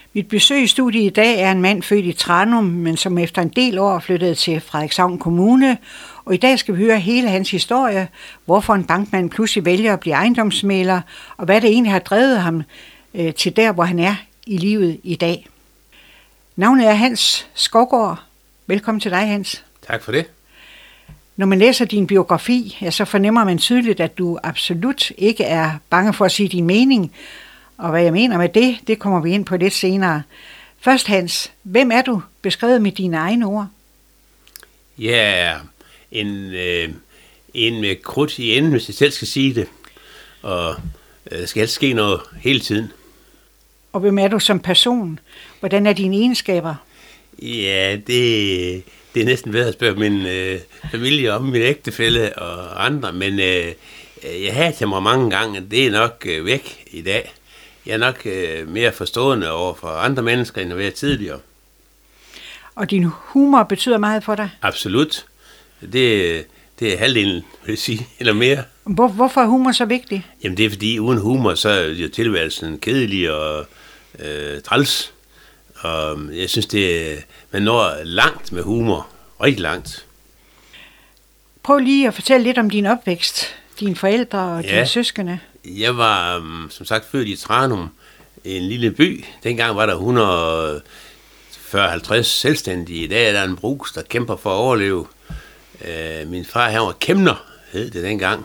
Mit besøg i studiet i dag er en mand født i Tranum, men som efter en del år flyttede til Frederikshavn Kommune. Og i dag skal vi høre hele hans historie, hvorfor en bankmand pludselig vælger at blive ejendomsmægler, og hvad det egentlig har drevet ham til der, hvor han er i livet i dag. Navnet er Hans Skovgaard. Velkommen til dig, Hans. Tak for det. Når man læser din biografi, ja, så fornemmer man tydeligt, at du absolut ikke er bange for at sige din mening. Og hvad jeg mener med det kommer vi ind på lidt senere. Først, Hans, hvem er du beskrevet med dine egne ord? Ja, en med krudt i enden, hvis jeg selv skal sige det. Og der skal helst ske noget hele tiden. Og hvem er du som person? Hvordan er dine egenskaber? Ja, det er næsten ved at spørge min familie om, min ægtefælle og andre. Men jeg har til mig mange gange, det er nok væk i dag. Jeg er nok mere forstående over for andre mennesker, end at være tidligere. Og din humor betyder meget for dig? Absolut. Det er halvdelen, vil jeg sige, eller mere. Hvorfor er humor så vigtig? Jamen det er fordi, uden humor, så er jo tilværelsen kedelig og træls. Og jeg synes, man når langt med humor. Rigtig langt. Prøv lige at fortælle lidt om din opvækst, dine forældre og dine søskende. Jeg var, som sagt, født i Tranum, en lille by. Dengang var der 140-50 selvstændige. I dag er der en brugs, der kæmper for at overleve. Min far, han var kæmner, hed det dengang.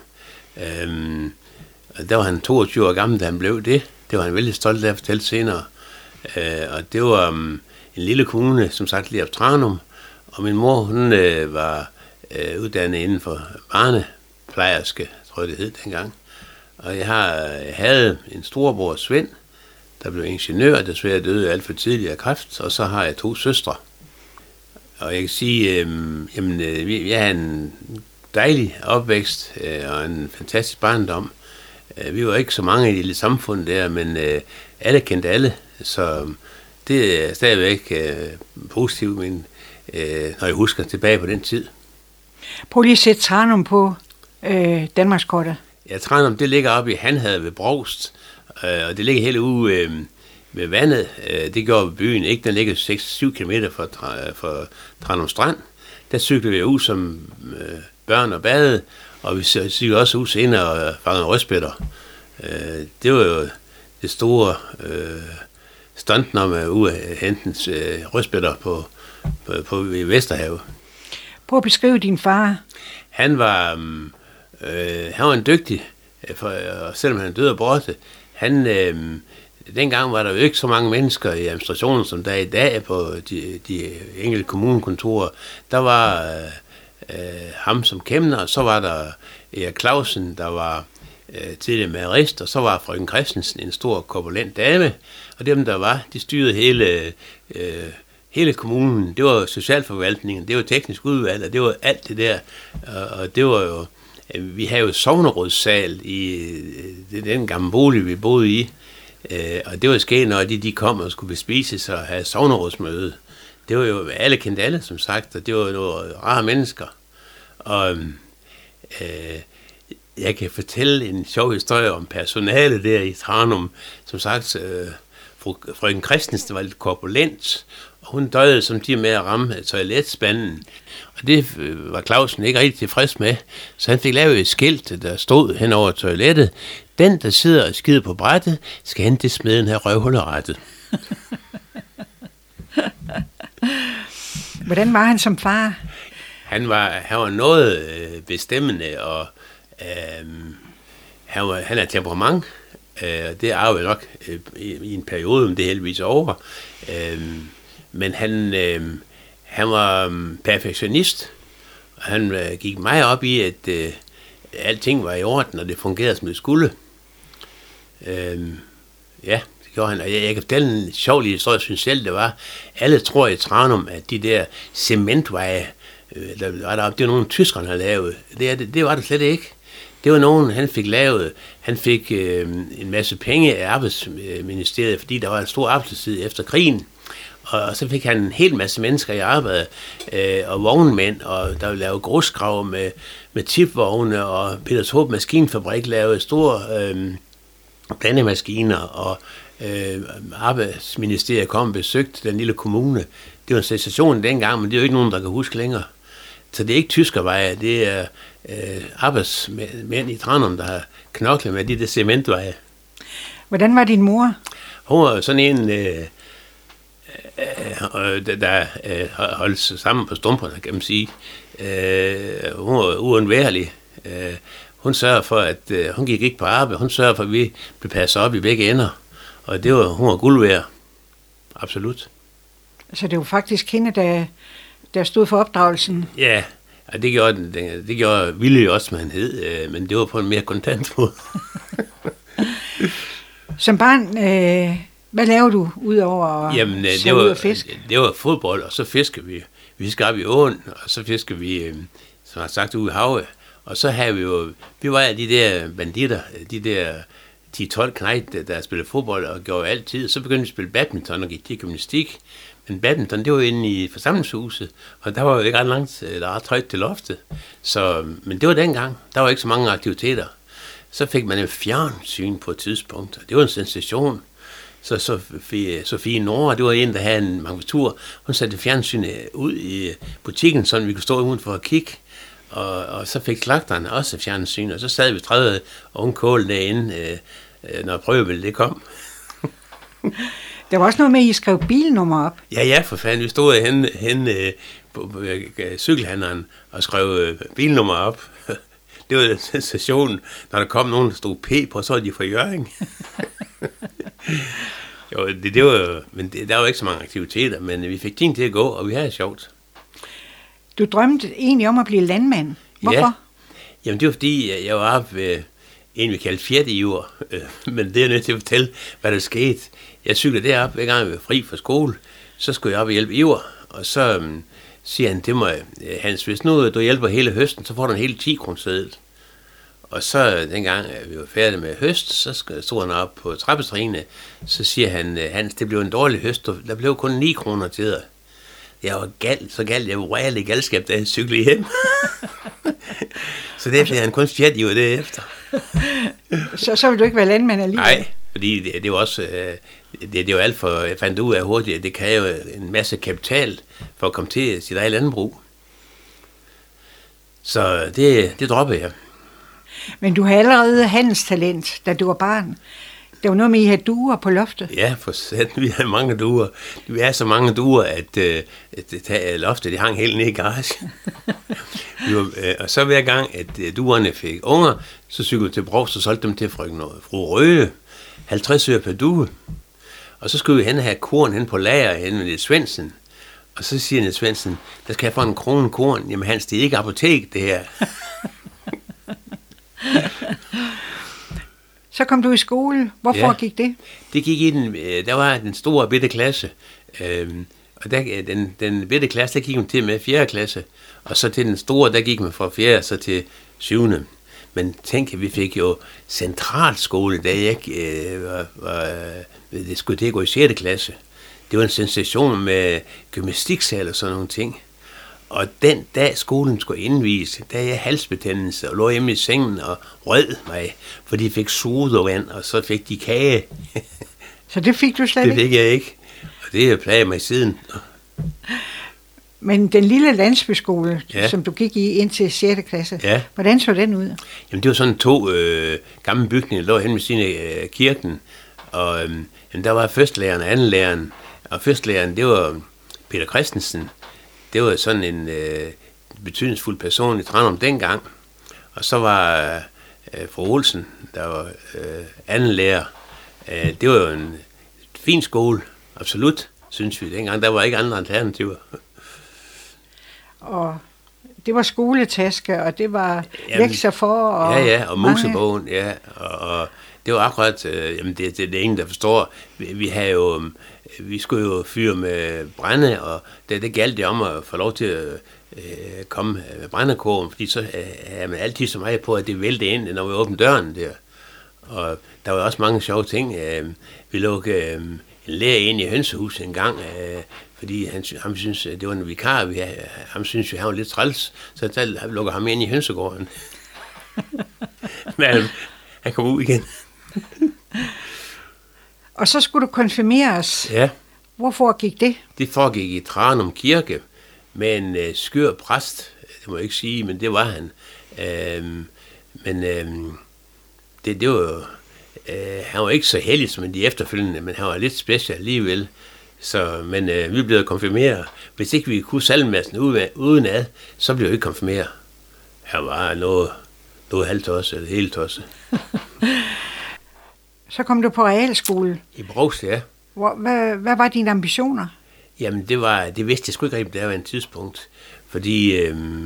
Der var han 22 år gammel, da han blev det. Det var han vældig stolt af at fortælle senere. Og det var en lille kommune, som sagt, lige af Tranum. Og min mor, hun var uddannet inden for barneplejerske, tror jeg det hed dengang. Og jeg havde en storebror, Svend, der blev ingeniør, og desværre døde alt for tidligt af kræft. Og så har jeg 2 søstre. Og jeg kan sige, jeg har en dejlig opvækst og en fantastisk barndom. Vi var ikke så mange i det lille samfund der, men alle kendte alle. Så det er stadigvæk positivt, når jeg husker tilbage på den tid. Prøv lige at sætte Tranum på Danmarkskortet. Ja, Tranum, det ligger oppe i Hanhade ved Brovst, og det ligger helt ude ved vandet. Det går ved byen, ikke? Den ligger 6-7 km fra Tranum Strand. Der cyklede vi ud som børn og bade, og vi cyklede også ud senere og fangede rødspætter. Det var jo det store stunt, når man ud af hentens rødspætter på Vesterhavet. Prøv at beskrive din far. Han var en dygtig, selvom han er død og borte. Dengang var der jo ikke så mange mennesker i administrationen, som der er i dag på de enkelte kommunekontorer. Der var ham som kæmner, og så var der Erik Clausen, der var tidligere magerist, og så var frøken Christensen en stor korpulent dame, og dem der var, de styrede hele kommunen. Det var socialforvaltningen, det var teknisk udvalg, og det var alt det der, og det var jo, vi havde jo sognerådssal i den gamle bolig, vi boede i, og det var sket, når de kom og skulle bespises og have sognerådsmøde. Det var jo, alle kendte alle, som sagt, og det var jo nogle rare mennesker. Og jeg kan fortælle en sjov historie om personale der i Tranum. Som sagt, frøken Christensen var lidt korpulent, og hun døjede som de med at ramme toiletspanden. Og det var Clausen ikke rigtig tilfreds med, så han fik lavet et skilt, der stod hen over toilettet. Den, der sidder og skider på brættet, skal hente smeden her røvhullerettet. Hvordan var han som far? Han var noget bestemmende, og han er temperament. Det arver jeg nok i en periode, men det er heldigvis over. Men han var perfektionist, og han gik meget op i, at alting var i orden, og det fungerede, som det skulle. Ja, det gjorde han. Og jeg kan fortælle en sjov lille historie, synes selv, det var. Alle tror i Tranum, at de der cementveje, det var nogle tyskerne, der lavede. Det var det slet ikke. Det var nogen, han fik lavet. Han fik en masse penge af arbejdsministeriet, fordi der var en stor arbejdsløshed efter krigen. Og så fik han en hel masse mennesker i arbejde, og vognmænd, og der blev lavet grusgrav med tipvogne, og Petershåb Maskinfabrik lavede store blandemaskiner, og arbejdsministeriet kom og besøgte den lille kommune. Det var en sensation dengang, men det er jo ikke nogen, der kan huske længere. Så det er ikke tyskerveje, det er arbejdsmænd i Tranum, der har knoklet med de der cementveje. Hvordan var din mor? Hun var sådan en, der holdt sig sammen på stumperne, kan man sige. Hun var uundværlig. Hun sørgede for, at hun gik ikke på arbejde. Hun sørgede for, at vi blev passet op i begge ender. Og hun var guld værd. Absolut. Så det var faktisk hende, der stod for opdragelsen? Ja, og det gjorde Ville jo også, som han hed, men det var på en mere kontant måde. Som barn, hvad lavede du udover at ud og fiske? Det var fodbold, og så fiskede vi. Vi skal op i åen, og så fiskede vi, som jeg har sagt, ude i havet. Og så havde vi var de der banditter, de der 10-12 knejt, der spillede fodbold og gjorde altid. Så begyndte vi at spille badminton og gik til gymnastik. Men badminton, det var inde i forsamlingshuset, og der var jo ikke ret langt, der var trygt til loftet. Men det var dengang, der var ikke så mange aktiviteter. Så fik man en fjernsyn på et tidspunkt, og det var en sensation. Så Sofie Nora, det var en, der havde en manufaktur, hun satte fjernsynet ud i butikken, så vi kunne stå udenfor og kigge. Og så fik slagterne også fjernsyn, og så sad vi 30 unge kål derinde, når prøvebilledet det kom. Der var også noget med, at I skrev bilnummer op. Ja, for fanden. Vi stod hen på cykelhandleren og skrev bilnummer op. Det var en sensation, når der kom nogen, der stod P på, så var de fra Hjørring. Jo, det var, men der var ikke så mange aktiviteter, men vi fik ting til at gå, og vi havde sjovt. Du drømte egentlig om at blive landmand. Hvorfor? Ja. Jamen det var fordi, jeg var oppe ved en, vi kaldte fjerdeiver, men det er nødt til at fortælle, hvad der skete. Jeg cyklede deroppe, hver gang jeg var fri fra skole, så skulle jeg op og hjælpe Iver, og så siger han til mig, Hans, hvis nu du hjælper hele høsten, så får du en hele 10-kroneseddel. Og så dengang vi var færdige med høst, så stod han op på trappetrinene, så siger han, Hans, det blev en dårlig høst, der blev kun 9 kroner til dig. Jeg var så galt, jeg var reallig galskab, da jeg cyklede hjem. Så det blev han kun fjerdeiver derefter. Så vil du ikke være landmand alligevel? Nej, fordi det var også, det var alt for, jeg fandt ud af hurtigt, at det kræver en masse kapital for at komme til sit eget landbrug. Så det droppede jeg. Men du havde allerede handelstalent, da du var barn. Det var noget med, at I havde duer på loftet. Ja, for satan, vi havde mange duer. Vi havde så mange duer, at loftet det hang helt ned i garagen. Og så hver gang, at duerne fik unger, så cyklede vi til Brovst og solgte dem til fru Røde. 50 øre per due. Og så skulle vi hen og have korn hen på lager hen med Niels Svendsen. Og så siger Niels Svendsen, der skal jeg få en krone korn. Jamen Hans, det er ikke apotek, det her. Så kom du i skole. Hvorfor gik det? Det gik der var den store bitte klasse. Og den bitte klasse, der gik man til med 4. klasse. Og så til den store, der gik man fra 4. så til 7. Men tænk, vi fik jo centralskole, da jeg det skulle til at gå i 6. klasse. Det var en sensation med gymnastiksal og sådan nogle ting. Og den dag skolen skulle indvise, der jeg halsbetændelse og lå hjemme i sengen og rød mig, for de fik sodavand, og så fik de kage. Så det fik du slet ikke? Det fik jeg ikke, og det har plaget mig siden. Men den lille landsbyskole, som du gik i indtil 6. klasse, hvordan så den ud? Jamen det var sådan 2 gamle bygninger, der lå hen ved siden af kirken, og der var førstlæreren og andenlæreren, og førstlæreren, det var Peter Christensen. Det var sådan en betydningsfuld person i Tranum dengang. Og så var fru Olsen, der var anden lærer. Det var jo en fin skole, absolut, synes vi dengang. Der var ikke andre alternativer. Og det var skoletaske, og det var lektier for. Og og musebogen, og det var akkurat, det er ingen, der forstår. Vi skulle jo fyre med brænde, og det galt det om at få lov til at komme med brændekåren, fordi så er man altid så meget på, at det vælter ind, når vi åbner døren der. Og der var også mange sjove ting. Vi lukkede en lærer ind i hønsehuset en gang, fordi han synes, det var en vikar, han synes, han var lidt træls, så der lukkede ham ind i hønsegården. Men han kom ud igen. Og så skulle du konfirmeres. Ja. Hvorfor gik det? Det foregik i Tranum Kirke med en skør præst. Det må jeg ikke sige, men det var han. Det var jo... han var ikke så heldig som de efterfølgende, men han var lidt special alligevel. Men vi blev konfirmeret. Hvis ikke vi kunne salmemassen udenad, så blev vi ikke konfirmeret. Han var noget halvtosset eller helt tosset. Så kom du på realskole. I Brovst, ja. Hvad var dine ambitioner? Jamen, det vidste jeg sgu ikke rigtig, der var en tidspunkt. Fordi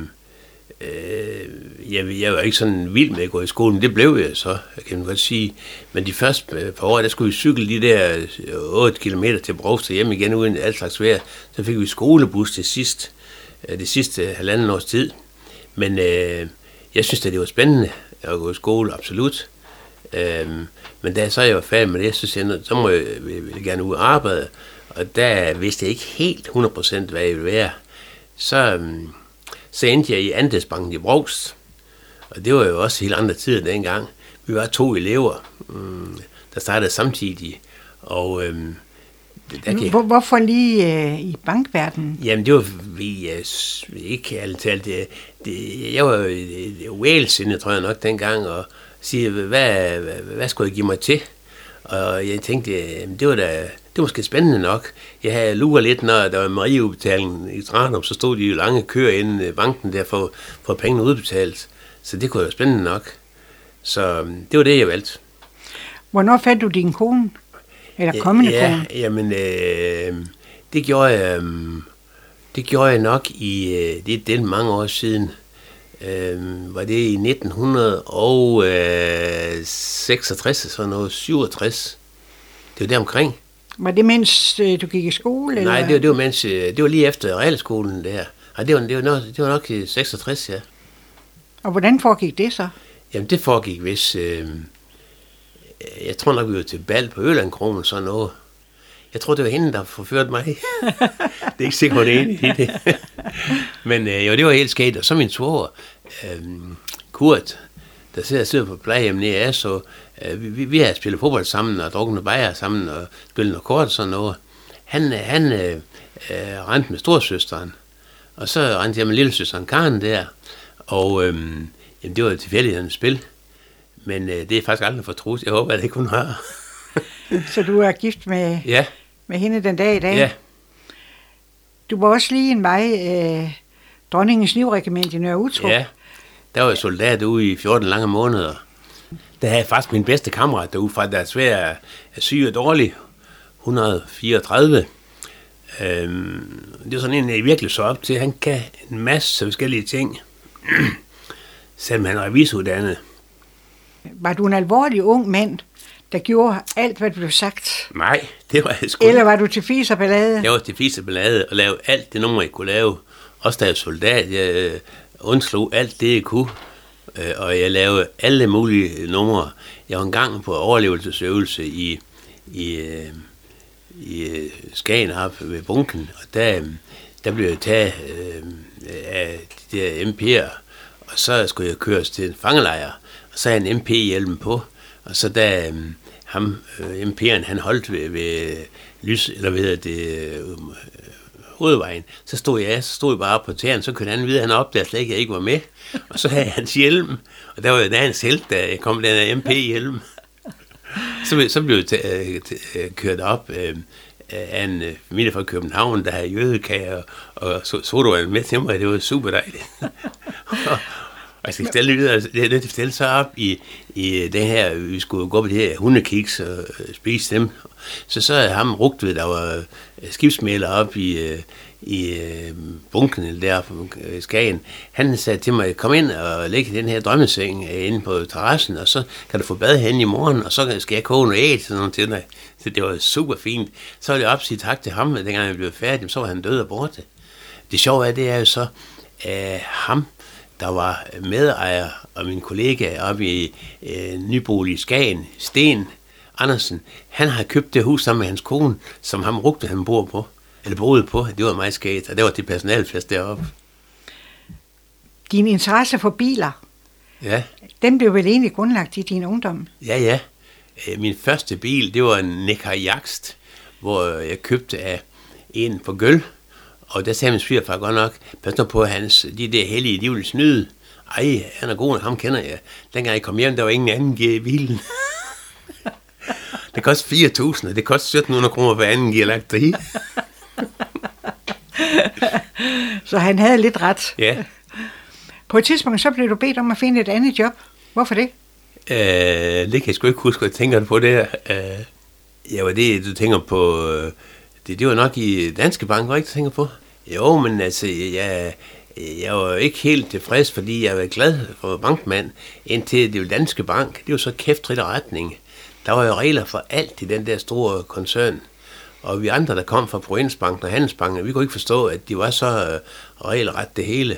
jeg var ikke sådan vild med at gå i skolen. Det blev jeg så, kan man godt sige. Men de første par år, der skulle vi cykle de der 8 kilometer til Brovst og hjem igen uden alt slags vejr. Så fik vi skolebus til sidst, det sidste halvanden års tid. Men jeg synes, at det var spændende at gå i skole, absolut. Men da så jeg var færdig med det, så må jeg gerne ud og arbejde. Og der vidste jeg ikke helt 100% hvad jeg ville være. Så endte jeg i Andelsbanken i Brovst. Og det var jo også helt andre tider dengang. Vi var 2 elever, der startede samtidig. Og hvorfor lige i bankverdenen? Jamen det var vi ikke alt talt. Jeg var wælsindet, tror jeg nok dengang, og sige, hvad skulle jeg give mig til? Og jeg tænkte, det var måske spændende nok. Jeg havde luret lidt, når der var Marieudbetaling i Tranum, så stod de jo lange køer inde i banken der for pengene udbetalt. Så det kunne være spændende nok. Så det var det, jeg valgte. Hvornår fandt du din kone? Eller kommende kone? Jamen, det gjorde jeg nok i, det er mange år siden. Var det i 1966, sådan noget, 67. Det var der omkring. Var det mens du gik i skole? Nej, eller? Det var lige efter realskolen der. Nej, det var nok i 66, ja. Og hvordan foregik det så? Jamen det foregik hvis, jeg tror nok vi var til bal på Ølandkronen, sådan noget. Jeg tror, det var hende, der forførte mig. Det er ikke sikkert, hun er enig i det. Men jo, det var helt skægt. Og så min svoger, Kurt, der sidder på plejehjem nede af, så vi har spillet fodbold sammen og drukket noget bajer sammen og spillet noget kort og sådan noget. Han rendte med storsøsteren, og så rendte jeg med lillesøsteren Karen der. Og jamen, det var et tilfældigt spil. Men det er faktisk aldrig fortrudt. Jeg håber, at det ikke kun har. Så du er gift med, ja. Med hende den dag i dag? Ja. Du var også lige en Dronningens Livregiment i Nørre Uttrup. Ja, der var jeg soldat ude i 14 lange måneder. Der havde jeg faktisk min bedste kammerat derude fra, der er svær at syg og dårlig. 134. Det er sådan en, jeg virkelig så op til. Han kan en masse forskellige ting. Selvom han er revisuddannet. Var du en alvorlig ung mand, der gjorde alt, hvad du blev sagt? Nej, det var jeg sgu. Eller var du til fis og ballade? Jeg var til fis og ballade og lavede alt det nummer, jeg kunne lave. Også da jeg var soldat, jeg undslog alt det, jeg kunne. Og jeg lavede alle mulige numre. Jeg var engang på overlevelsesøvelse i Skagen op ved bunken, og der blev jeg taget af de der MP'er, og så skulle jeg køres til en fangelejr, og så havde jeg en MP-hjelm på, og så da MP'eren, han holdt ved lys, eller ved hovedvejen, så stod jeg bare op på tæren, så kunne han vide, at han opdagede slet ikke, at jeg ikke var med, og så havde jeg hans hjelm, og der var jo hans held, da jeg kom med den her MP-hjelm. Så blev jeg kørt op af en familie fra København, der havde jødekager og sodavand med til mig. Det var super dejligt. Og jeg skal stille videre, jeg er nødt til at stille sig op i det her, vi skulle gå på det her hundekiks og spise dem. Så er ham Rugtved, der var skibsmæler op i bunken der på Skagen. Han sagde til mig, kom ind og læg den her drømmeseng inde på terrassen, og så kan du få bad hen i morgen, og så skal jeg koge noget æg til noget til dig. Så det var super fint. Så ville jeg op sige tak til ham, og dengang jeg blev færdig, så var han død og borte. Det sjove er, det er jo så ham, der var medejer og min kollega oppe i nybolig i Skagen, Sten Andersen. Han har købt det hus sammen med hans kone, som ham Rugtved, han boede på. Det var meget skægt, og det var til personalfest deroppe. Din interesse for biler, ja. Den blev vel egentlig grundlagt i din ungdom? Ja. Min første bil, det var en Neckar Jagst, hvor jeg købte af en på Gøl. Og der sagde min svigerfar godt nok, pas nu på de der hellige, de vil snyde. Ej, han er god, ham kender jeg. Dengang jeg kom hjem, der var ingen anden gear i bilen. Det kostede 4.000, og det kostede 1.700 kroner for anden gear lagt i. Så han havde lidt ret. Ja. På et tidspunkt, så blev du bedt om at finde et andet job. Hvorfor det? Det kan jeg sgu ikke huske, hvad jeg tænker på der. Ja, var det, du tænker på... Det var nok i Danske Bank, var ikke, du tænker på? Jo, men altså, jeg var ikke helt tilfreds, fordi jeg var glad for bankmand, indtil det var Danske Bank. Det var så kæft retning. Der var jo regler for alt i den der store koncern. Og vi andre, der kom fra Provinsbanken og Handelsbanken, vi kunne ikke forstå, at de var så regelret det hele.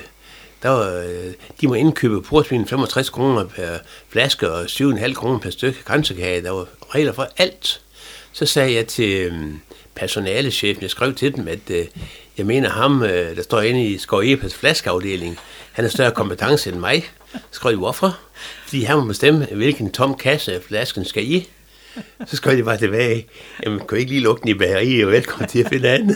De må indkøbe portvin 65 kroner per flaske og 7,5 kroner per stykke kransekage. Der var regler for alt. Så sagde jeg til personalechefen, jeg skrev til dem, at jeg mener ham, der står inde i Skov Epas flaskeafdeling, han har større kompetence end mig. Så skrev de, hvorfor? Fordi han må bestemme, hvilken tom kasse flasken skal i. Så skrev de bare tilbage, jamen, kan I ikke lige lukke den i bageriet, og velkommen til at finde andet.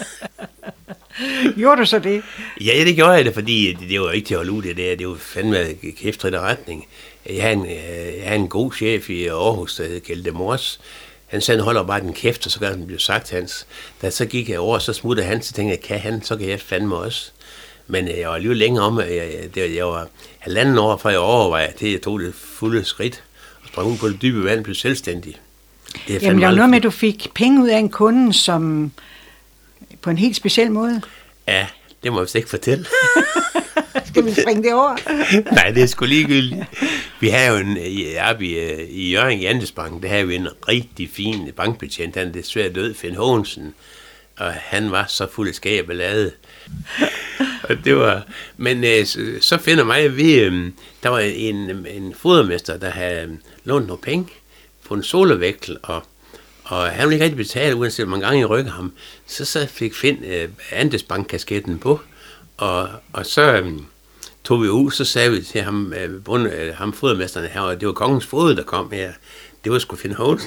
Gjorde du så det? Ja, det gjorde jeg det, fordi det var ikke til at holde ud det der. Det var fandme kæft retning. Jeg havde en god chef i Aarhus, der hed Kjelde Mors. Han sagde, han holder bare den kæft, og så gør den blev sagt hans. Da så gik jeg over, så smuttede han, så tænkte jeg, kan han, så kan jeg fandme også. Men jeg var alligevel længere om, jeg var 1,5 år fra jeg overvejede, til jeg tog det fulde skridt, og sprang ud på det dybe vand og blev selvstændig. Jamen, der var noget med, at du fik penge ud af en kunde, som på en helt speciel måde. Ja, det må jeg vist ikke fortælle. Skal vi springe det over? Nej, det er sgu ligegyldigt. Vi har jo i Hjørring i Andesbanken, der havde vi en rigtig fin bankbetjent. Han er desværre død, Finn Hågensen. Og han var så fuld af skab og lade. Og det var... Men så finder mig, der var en fodermester, der havde lånt nogle penge på en solovægtel, og han ville ikke rigtig betale, uanset hvor mange gange jeg rykkede ham. Så fik Finn Andesbank-kasketten på, og så tog vi ud, så sagde vi til ham, ham fodermesteren her, og det var kongens fod, der kom her. Det var sgu Finn Hågensen.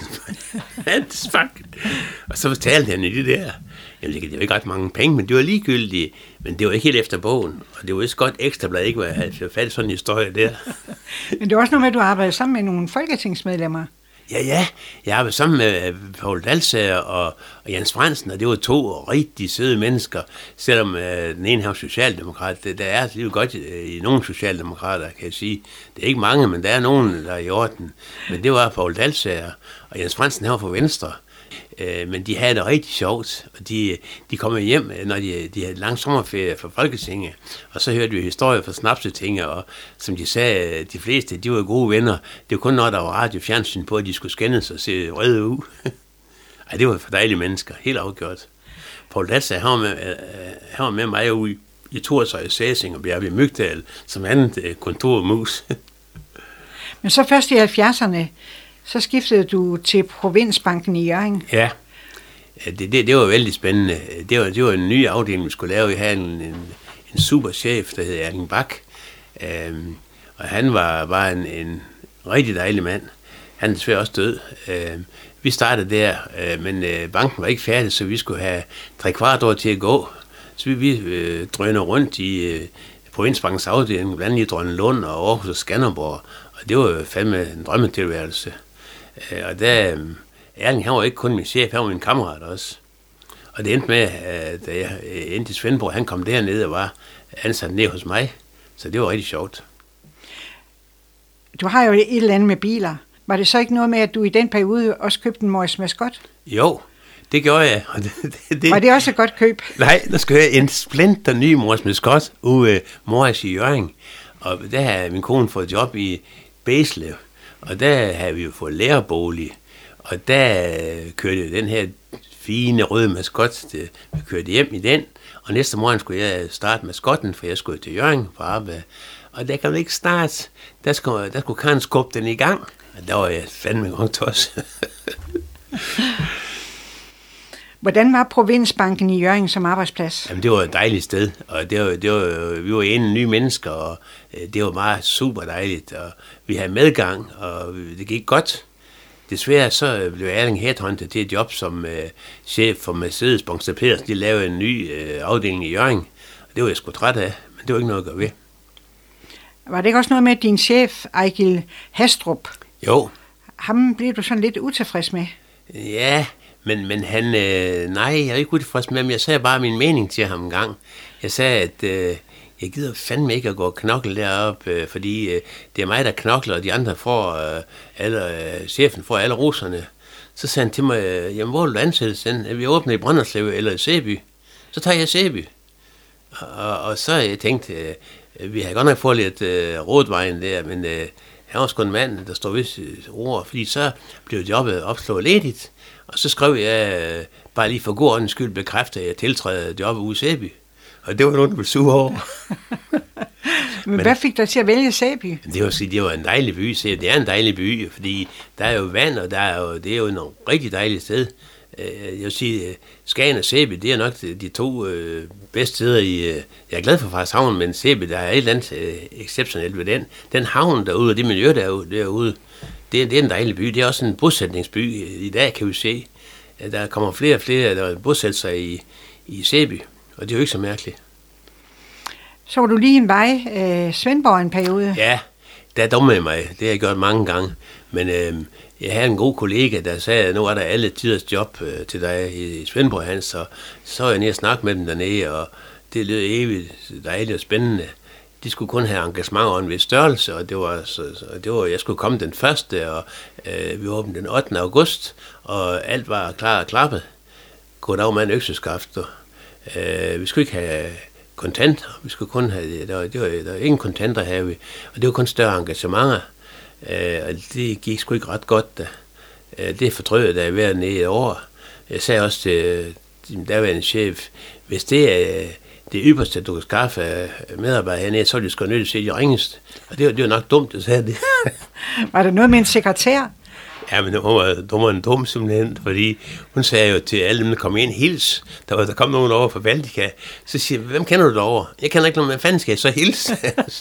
Og så fortalte han i det der. Jamen, det var ikke ret mange penge, men det var ligegyldigt. Men det var ikke helt efter bogen. Og det var ikke godt Ekstrablad, ikke var jeg havde sådan en historie der. Men det var også noget med, at du arbejdede sammen med nogle folketingsmedlemmer. Ja. Jeg arbejdede sammen med Poul Dalsager og Jens Frandsen, og det var 2 rigtig søde mennesker, selvom den ene har socialdemokrat. Der er jo godt i nogle socialdemokrater, kan jeg sige. Det er ikke mange, men der er nogen, der er i orden. Men det var Poul Dalsager, og Jens Frandsen her var fra Venstre. Men de havde det rigtig sjovt, og de kom hjem, når de havde lang sommerferie fra Folketinget, og så hørte vi historier fra Snapsetinget, og som de sagde, de fleste, de var gode venner. Det var kun når der var radio-fjernsyn på, at de skulle skændes og se røde ud. Ej, det var for dejlige mennesker, helt afgjort. Poul Dalsager, han var med mig ude i Torsøj, Sæsing og Bjerg Mygdal, som andet kontormus. Men så først i 70'erne, så skiftede du til Provinsbanken i Hjørring. Ja, det var vældig spændende. Det var en ny afdeling, vi skulle lave. Vi havde en super chef, der hed Erling Bak. Og han var bare en rigtig dejlig mand. Han er desværre også død. Vi startede der, men banken var ikke færdig, så vi skulle have 3/4 år til at gå. Så vi drønede rundt i Provinsbankens afdeling, blandt andet i Drønlund og Aarhus og Skanderborg. Og det var fandme en drømmetilværelse. Og der, Erling, han var ikke kun min chef, han var min kammerat også. Og det endte med, da jeg endte i Svendborg, han kom derned og var ansat ned hos mig. Så det var rigtig sjovt. Du har jo et eller andet med biler. Var det så ikke noget med, at du i den periode også købte en Morris Mascot? Jo, det gjorde jeg. Og var det også et godt køb? Nej, der skulle jeg en splinter ny Morris Mascot ude Morris i Hjørring. Og der havde min kone fået job i Bæslev. Og der havde vi jo fået lærerbolig. Og der kørte den her fine røde Mascot. Vi kørte hjem i den. Og næste morgen skulle jeg starte maskotten, for jeg skulle til Hjørring på arbejde. Og der kan man ikke starte. Der skulle Karen skubbe den i gang. Og der var jeg fandme godt tosset. Hvordan var Provinsbanken i Hjørring som arbejdsplads? Jamen, det var et dejligt sted, og vi var en nye mennesker, og det var bare super dejligt, og vi havde medgang, og det gik godt. desværre så blev Erling headhunted til et job som chef for Mercedes Bongster Pedersen. De lavede en ny afdeling i Hjørring. Det var jeg sgu træt af, men det var ikke noget at gøre ved. Var det ikke også noget med din chef, Ejgil Hastrup? Jo. Ham blev du sådan lidt utilfreds med? Ja, men han... nej, jeg er ikke utilfreds med ham. Jeg sagde bare min mening til ham en gang. Jeg sagde, at jeg gider fandme ikke at gå og knokle deroppe, fordi det er mig, der knokler, og de andre får chefen får alle roserne. Så sagde han til mig, jamen hvor vil du ansættes hen? Vi åbner i Brønderslev eller i Sæby. Så tager jeg Sæby. Og så jeg tænkte vi havde godt nok fået lidt rådvejen der, men han var sgu en mand, der stod vist ord, fordi så blev jobbet opslået ledigt, og så skrev jeg bare lige for god ordens skyld bekræfte, at jeg tiltrædede jobbet ude i Sæby. Og det var nogen, der blev sur over. Men hvad fik dig til at vælge Sæby? Det var en dejlig by. Det er en dejlig by, fordi der er jo vand, og det er jo en rigtig dejligt sted. Jeg vil sige, Skagen og Sæby, det er nok de to bedste steder i... jeg er glad for Frederikshavn, men Sæby, der er et eller andet exceptionelt ved den. Den havn derude, og det miljø derude, det er en dejlig by. Det er også en bosætningsby. I dag kan vi se, at der kommer flere og flere, der bosætter sig i Sæby, og det er jo ikke så mærkeligt. Så var du lige en vej Svendborg en periode? Ja, der dummede jeg mig. Det har jeg gjort mange gange. Men jeg havde en god kollega, der sagde, at nu er der alle tiders job til dig i Svendborg, Hans. Så var jeg nede og snakke med dem dernede, og det lød evigt dejligt og spændende. De skulle kun have engagement og en vis størrelse, og det var jeg skulle komme den 1. og vi åbnede den 8. august, og alt var klar og klappet. Goddag med en økseskaft. Vi skulle ikke have kontanter. Vi skulle kun have, der var ingen kontanter her, og det var kun større engagementer. Og det gik sgu ikke ret godt da. Det fortrød jeg, da jeg var nede et år. Jeg sagde også til din daværende chef, hvis det er det ypperste, du kan skaffe medarbejdere hernede, så er det sgu nødt til at de ringest. Og det var nok dumt, at sige det. Var der noget med en sekretær? Ja, men hun var en dum simpelthen, fordi hun sagde jo til alle dem, der kom ind, hils. Der kom nogen over fra Baltica. Så siger jeg, hvem kender du derovre? Jeg kender ikke nogen, men fanden skal jeg så hilse?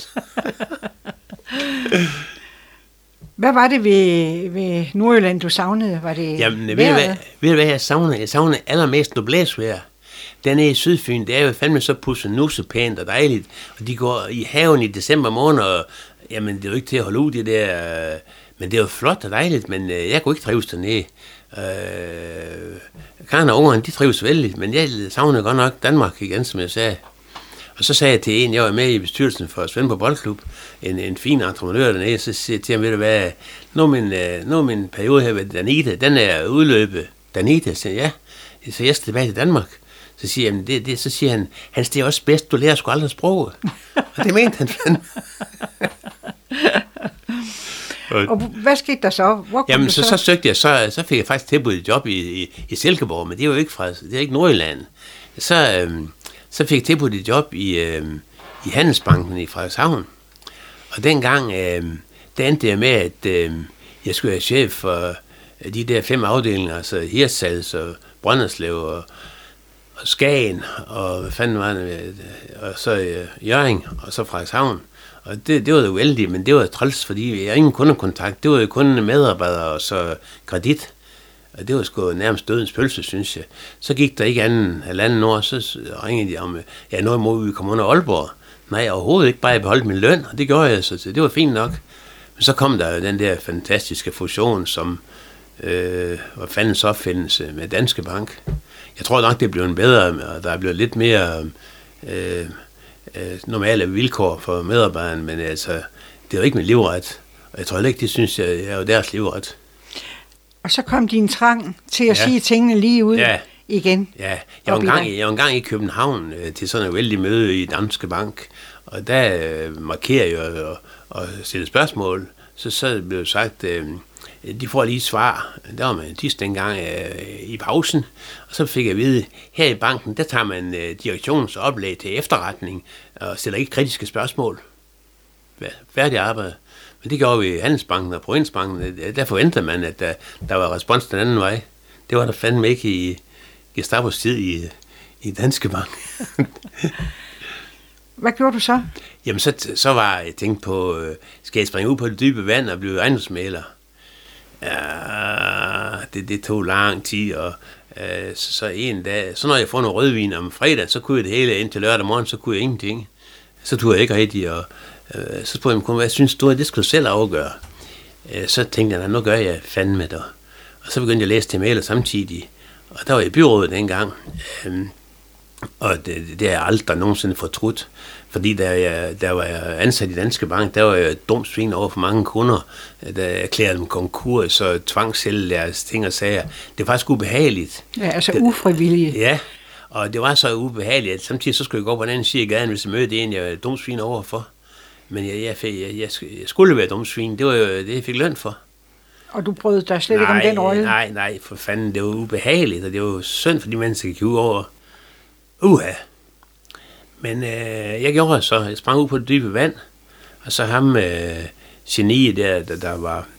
Hvad var det ved Nordjylland, du savnede? Var det ved du hvad jeg savnede? Jeg savnede allermest noblæsvejr. Dernede i Sydfyn, det er jo fandme så pussenusepænt og dejligt. Og de går i haven i december måned, og jamen, det er jo ikke til at holde ud det der... Men det er jo flot og dejligt, men jeg kunne ikke trives dernede. Karen og ungerne, de trives vældigt, men jeg savnede godt nok Danmark igen, som jeg sagde. Og så sagde jeg til en, jeg var med i bestyrelsen for Svendborg Boldklub, en fin entreprenør dernede, så siger jeg til ham, ved du hvad, nu min periode her ved Danita, den er udløbet. Danita, siger ja, så jeg skal tilbage til Danmark. Så siger han, så siger han, Hans, det er også bedst, du lærer sgu aldrig sproget. Og det mente han fandme. Og hvad skete der så? Jamen, så søgte jeg, så fik jeg faktisk tilbudt et job i Silkeborg, men det er jo ikke det er ikke Nordjylland. Så fik jeg tilbudt et job i Handelsbanken i Frederikshavn. Og dengang, der endte jeg med, at jeg skulle være chef for de der 5 afdelinger, altså Hirtshals og Brønderslev og Skagen, og hvad fanden var det, og så Hjørring, og så Frederikshavn. Og det var jo vældig, men det var træls, fordi jeg havde ingen kundekontakt. Det var jo kun medarbejdere og så kredit. Og det var sgu nærmest dødens pølse, synes jeg. Så gik der ikke halvanden år, så ringede de om, ja, noget må vi komme under Aalborg. Nej, overhovedet ikke, bare jeg beholdt min løn, og det gjorde jeg, så det var fint nok. Men så kom der jo den der fantastiske fusion, som var fandens opfindelse med Danske Bank. Jeg tror nok, det blev en bedre, og der er blevet lidt mere normale vilkår for medarbejderne, men altså, det er jo ikke min livret. Og jeg tror ikke, de synes, jeg er jo deres livret. Og så kom din trang til at sige tingene lige ud igen. Ja, jeg var engang i København til sådan et vældig møde i Danske Bank, og der markerer jeg og stiller spørgsmål. Så blev det sagt, de får lige et svar. Der var man dengang i pausen, og så fik jeg at vide, her i banken, der tager man direktionsoplæg til efterretning og stiller ikke kritiske spørgsmål. Færdig arbejde. Men det gjorde vi i Handelsbanken og Provinsbanken. Der forventede man, at der var respons den anden vej. Det var der fandme ikke i Gestapos tid i Danske Bank. Hvad gjorde du så? Jamen, så var jeg tænkt på, skal jeg springe ud på det dybe vand og blive ejendomsmægler? Ja, det tog lang tid, og så en dag, så når jeg får noget rødvin om fredag, så kunne jeg det hele indtil lørdag morgen, så kunne jeg ingenting. Så turde jeg ikke rigtigt, og så spurgte jeg mig, hvad synes du, det skulle du selv afgøre? Så tænkte jeg, nu gør jeg fandme det. Og så begyndte jeg at læse til mailer samtidig, og der var jeg i byrådet dengang, og det har jeg aldrig nogensinde fortrudt, fordi der var jeg ansat i Danske Bank, der var jeg et dumt svin over for mange kunder, der erklærede dem konkurs og tvangssælge deres ting og sager. Det var faktisk ubehageligt. Ja, altså ufrivilligt. Ja, og det var så ubehageligt, at samtidig så skulle jeg gå på den anden side af gaden, hvis jeg mødte en, jeg var et dumt svin overfor. Men jeg skulle være dumt svin, det var jo det, jeg fik løn for. Og du brød dig slet ikke om den rolle? Nej, for fanden, det var ubehageligt, og det var synd for de mennesker, der gik ud over. Men jeg gjorde så, jeg sprang ud på det dybe vand, og så ham genie der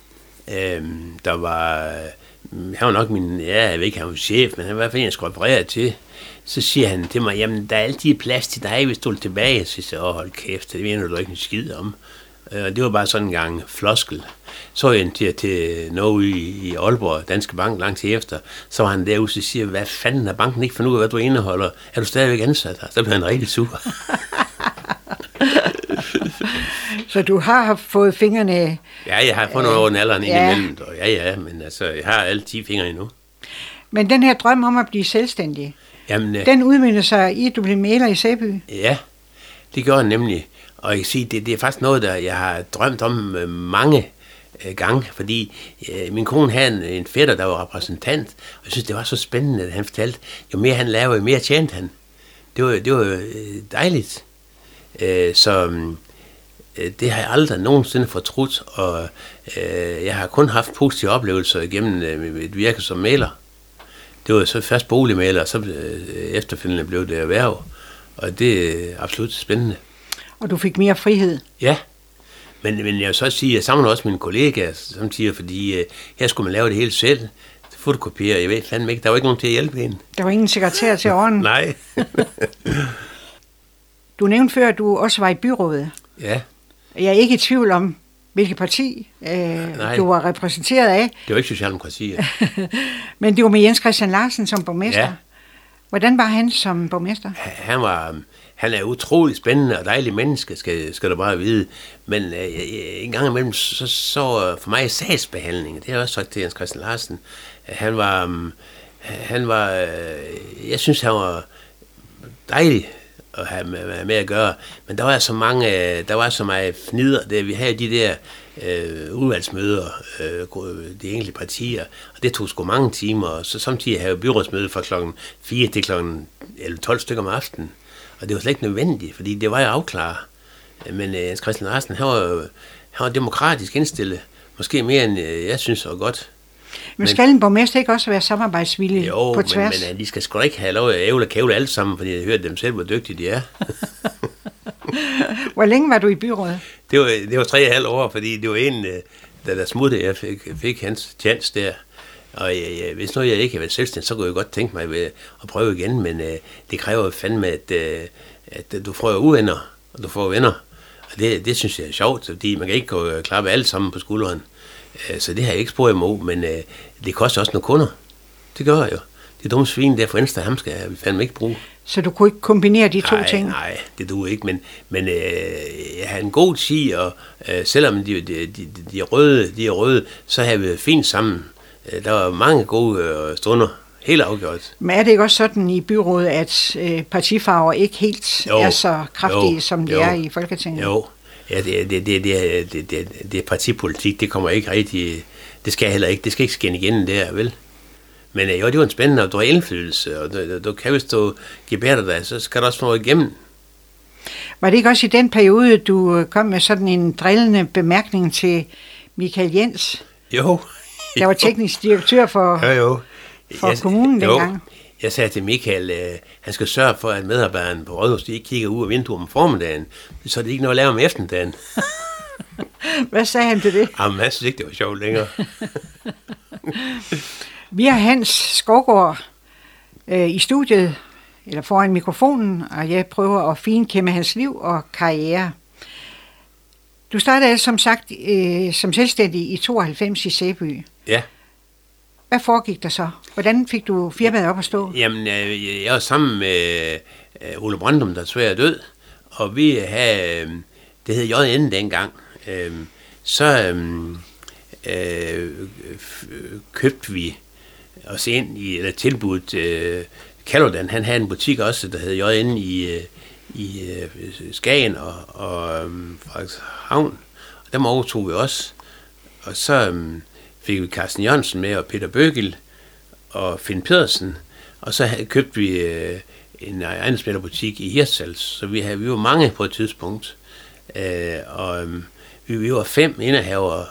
var, han var nok min, jeg ved ikke, han var chef, men han var i hvert fald en, jeg skulle referere til. Så siger han til mig, jamen der er altid plads til dig, hvis du vil tilbage. Så siger jeg, hold kæft, det mener du ikke en skid om. Og det var bare sådan en gang floskel. Så jeg til noget i Aalborg, Danske Bank, lang tid efter. Så var han derude og siger, hvad fanden har banken ikke fundet ud af, hvad du indeholder? Er du stadigvæk ansat her? Så blev han rigtig sur. Så du har fået fingrene... Ja, jeg har fået noget over den alderen indimellem. Ja, men altså, jeg har alle 10 fingre endnu. Men den her drøm om at blive selvstændig, jamen, den udmyndte sig i, at du blev mægler i Sæby? Ja, det gjorde den nemlig. Og jeg kan sige, det er faktisk noget, der jeg har drømt om mange gange, fordi min kone havde en fætter, der var repræsentant, og jeg synes, det var så spændende, at han fortalte, jo mere han lavede, jo mere tjente han. Det var dejligt. Så det har jeg aldrig nogensinde fortrudt, og jeg har kun haft positive oplevelser igennem mit virke som maler. Det var så først boligmaler, og så efterfølgende blev det erhverv, og det er absolut spændende. Og du fik mere frihed? Ja, men jeg vil så sige, at jeg savner også mine kollegaer samtidig, fordi her skulle man lave det hele selv, fotokopiere, jeg ved fandme ikke, der var ikke nogen til at hjælpe en. Der var ingen sekretær til ånden? Nej. Du nævnte før, at du også var i byrådet. Ja. Jeg er ikke i tvivl om, hvilket parti du var repræsenteret af. Det var ikke Socialdemokratiet. Men det var med Jens Christian Larsen som borgmester. Ja. Hvordan var han som borgmester? Han er utrolig spændende og dejlig menneske, skal du bare vide. Men en gang imellem, så for mig sagsbehandling, det har jeg også sagt til Jens Christian Larsen, han var jeg synes, han var dejlig at have med at gøre, men der var så meget fnider, vi havde de der udvalgsmøder, de enkelte partier, og det tog sgu mange timer, og så samtidig havde byrådsmøde fra klokken 4 til klokken 12 stykker om aftenen, og det var slet ikke nødvendigt, fordi det var jo afklaret. Men Jens Christian Larsen, han var demokratisk indstillet, måske mere end jeg synes var godt. Men skal en borgmester ikke også være samarbejdsvillig på tværs? Jo, men de skal sgu ikke have lov at ævle og kævle alle sammen, fordi jeg hørte dem selv, hvor dygtige de er. Hvor længe var du i byrådet? Det var 3,5 år, fordi det var en, der smuttede, jeg fik hans chance der. Og hvis nu jeg ikke havde været selvstændig, så kunne jeg godt tænke mig at prøve igen, men det kræver fandme, at du får uvenner, og du får venner. Og det synes jeg er sjovt, fordi man kan ikke gå klappe alle sammen på skulderen. Så det har jeg ikke spurgt imod, men det koster også nogle kunder. Det gør jeg jo. Det dumme svin der for Venstre, ham skal jeg fandme ikke bruge. Så du kunne ikke kombinere de to ting? Nej, det duer ikke, men jeg har en god tid, og selvom de er røde, så har vi fint sammen. Der var mange gode stunder, helt afgjort. Men er det ikke også sådan i byrådet, at partifarver ikke helt er så kraftige, som de er i Folketinget? Jo. Ja, det er partipolitik, det kommer ikke rigtig, det skal heller ikke, det skal ikke skinne igen der, vel? Men jo, det var en spændende, og du har indflydelse, og du kan, hvis du gebærer dig, så skal du også få noget igennem. Var det ikke også i den periode, du kom med sådan en drillende bemærkning til Michael Jens? Jo. Der var teknisk direktør for kommunen dengang. Jeg sagde til Michael, han skal sørge for, at medarbejderne på Rådhuset ikke kigger ud af vinduet om formiddagen, så det ikke noget at lave om eftermiddagen. Hvad sagde han til det? Jamen, han synes ikke, det var sjovt længere. Vi har Hans Skovgaard i studiet, eller foran mikrofonen, og jeg prøver at finkæmme hans liv og karriere. Du startede altså som sagt som selvstændig i 92 i Sæby. Ja. Hvad foregik der så? Hvordan fik du firmaet op at stå? Jamen, jeg var sammen med Ole Brøndum, der desværre er død, og vi havde, det hed JN dengang, så købte vi os ind i, eller tilbudt, Kalordan, han havde en butik også, der hed JN i Skagen og Frederikshavn, og dem overtog vi også, og så fik vi Carsten Jørgensen med, og Peter Bøgel, og Finn Pedersen, og så købte vi en ejendomsmæglerbutik i Hirtshals, så vi var mange på et tidspunkt, og vi var 5 indehaver, og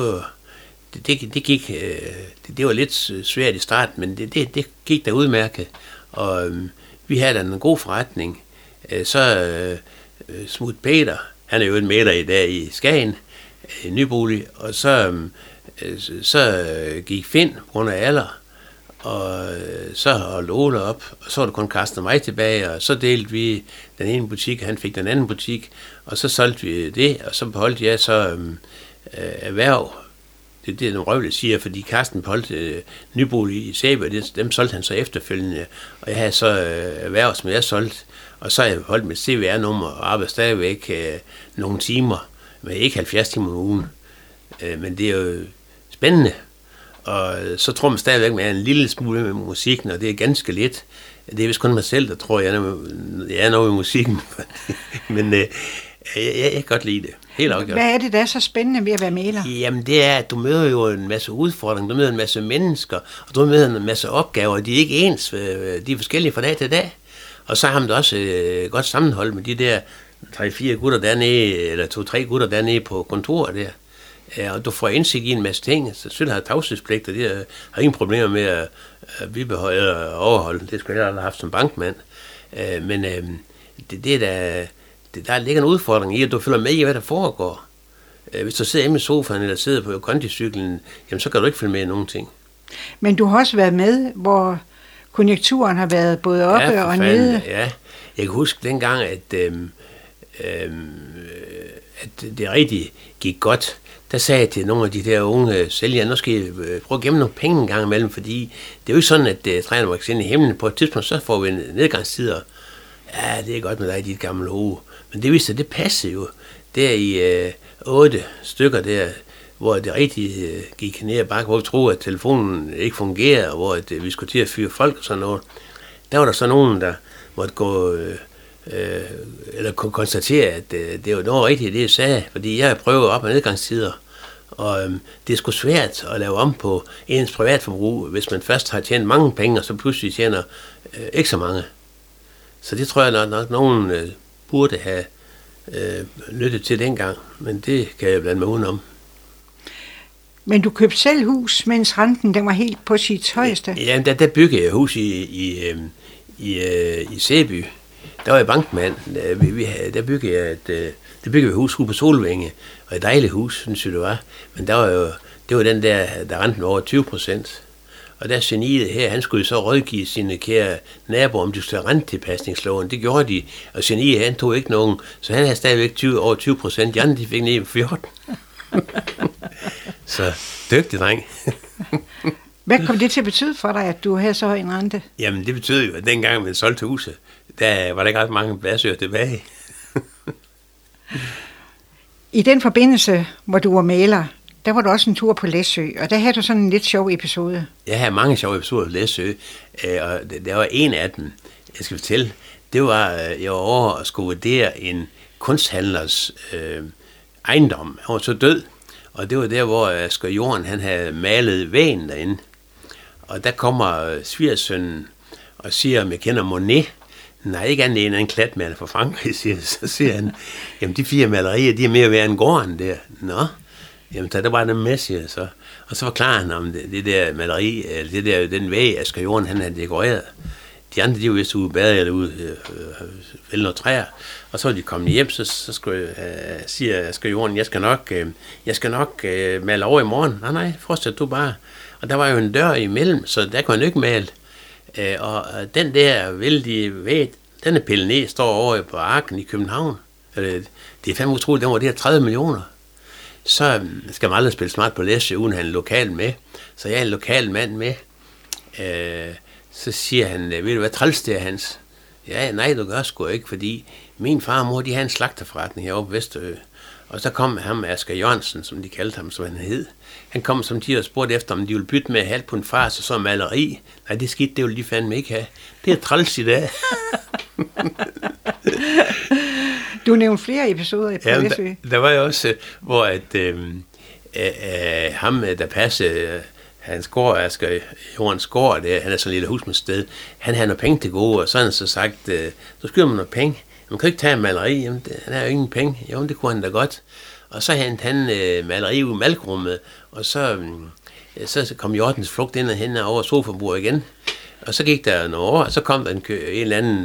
det var lidt svært i starten, men det gik da udmærket, og vi havde da en god forretning. Så Smut Peter, han er jo en mægler i dag i Skagen, nybolig, og så gik Finn på grund af alder, og så holdt Ole op, og så var det kun Carsten og mig tilbage, og så delte vi den ene butik, han fik den anden butik, og så solgte vi det, og så beholdt jeg så erhverv. Det er nogle røvle, siger, fordi Carsten beholdt nybolig i Sæby, og dem solgte han så efterfølgende, og jeg havde så erhverv, som jeg solgte, og så har jeg holdt mit CVR-nummer og arbejdet stadigvæk nogle timer, men ikke 70 timer om ugen. Men det er jo spændende, og så tror man stadigvæk, at man er en lille smule med musikken, og det er ganske lidt. Det er vist kun mig selv, der tror, jeg er noget i musikken, men jeg kan godt lide det. Helt afgjort. Hvad er det, der er så spændende ved at være mægler? Jamen det er, at du møder jo en masse udfordringer, du møder en masse mennesker, og du møder en masse opgaver, de er ikke ens, de er forskellige fra dag til dag. Og så har man da også godt sammenhold med de der 3-4 gutter dernede, eller 2-3 gutter dernede på kontoret der. Og du får indsigt i en masse ting, så selvfølgelig har tavshedspligt, og det har ingen problemer med at bibeholde eller overholde. Det skulle jeg aldrig have haft som bankmand. Men der ligger en udfordring i, at du følger med i, hvad der foregår. Hvis du sidder hjemme i sofaen eller sidder på konticyklen, jamen så kan du ikke følge med i nogen ting. Men du har også været med, hvor konjunkturen har været både oppe og nede. Ja, jeg kan huske dengang, at det rigtig gik godt. Der sagde jeg til nogle af de der unge sælgere, nu skal I prøve at gemme nogle penge en gang imellem, fordi det er jo ikke sådan, at træerne vokser ind i himlen. På et tidspunkt, så får vi nedgangstider. Ja, det er godt med dig, dit gamle hoved. Men det viste, det passede jo. Der i 8 stykker der, hvor det rigtig gik ned ad bakke, hvor vi troede, at telefonen ikke fungerede, og hvor vi skulle til at fyre folk og sådan noget. Der var der så nogen, der måtte gå, eller kunne konstatere, at det var noget rigtigt, det jeg sagde, fordi jeg prøvede op- og nedgangstider, og det er sgu svært at lave om på ens privatforbrug, hvis man først har tjent mange penge, og så pludselig tjener ikke så mange. Så det tror jeg nok nogen burde have lyttet til dengang, men det kan jeg blande mig udenom. Men du købte selv hus, mens renten den var helt på sit højeste? Ja, der byggede jeg hus i Sæby. Der var jeg bankmand. Der byggede vi hus ude på Solvænge, og et dejligt hus, synes jeg det var. Men det var den der renten over 20%. Og der geniet her, han skulle så rådgive sine kære naboer, om de skulle have rentetilpasningsloven. Det gjorde de, og geniet, han tog ikke nogen, så han havde stadigvæk over 20%. De andre, de fik ned på 14. Så dygtig dreng. Hvad kom det til at betyde for dig, at du havde så en rente? Jamen, det betød jo, at dengang man solgte huset, der var der ikke ret mange pladsøer tilbage. I den forbindelse, hvor du var maler, der var du også en tur på Læsø, og der havde du sådan en lidt sjov episode. Jeg havde mange sjove episoder på Læsø, og der var en af dem, jeg skal fortælle, det var, jeg var over og skulle vurdere en kunsthandlers ejendom. Han var så død, og det var der, hvor Asger Jorn, han havde malet væggen derinde. Og der kommer svigersønnen og siger, om jeg kender Monet. Nej, ikke andet end en klatmaler fra Frankrig, så siger han, jamen de 4 malerier, de er mere værd end gården der. Nå, jamen der var den med, siger så. Og så forklarer han om det der maleri, den væg, Asger Jorn, han havde dekoreret. De andre, de var vist ude bade eller ude fælde noget træer. Og så var de kommet hjem, så siger Asger Jorn, jeg skal nok male over i morgen. Nej, fortsæt du bare. Og der var jo en dør imellem, så der kunne han ikke male. Og den der vældige væg, den er pillet ned, står over på Arken i København. Det er fandme utroligt, den var det her 30 millioner. Så skal man aldrig spille smart på Læsø, uden at have en lokal med. Så jeg er en lokal mand med. Så siger han, ved du hvad, træls det er, Hans? Ja, nej, du gør sgu ikke, fordi min far og mor, de havde en slagterforretning herovre på Vesterø. Og så kom ham, Asger Jørgensen, som de kaldte ham, som han hed. Han kom som de og spurgte efter, om de ville bytte med halvt på en fars og så maleri. Nej, det skidt, det ville de fandme ikke have. Det er træls i dag. Du nævnte flere episoder i Læsø. Ja, der var jo også, hvor ham, der passede hans gård, Asger Jordens gård, han er sådan et lille husmandssted, han havde noget penge til gode, og så han så sagt, så skylder man noget penge. Man kan ikke tage en maleri, jamen, han har jo ingen penge. Jo, det kunne han da godt. Og så hentede han maleri ud i malkrummet, og så kom Jordens flugt ind og hen over sofabordet igen. Og så gik der nogle år, og så kom der en eller anden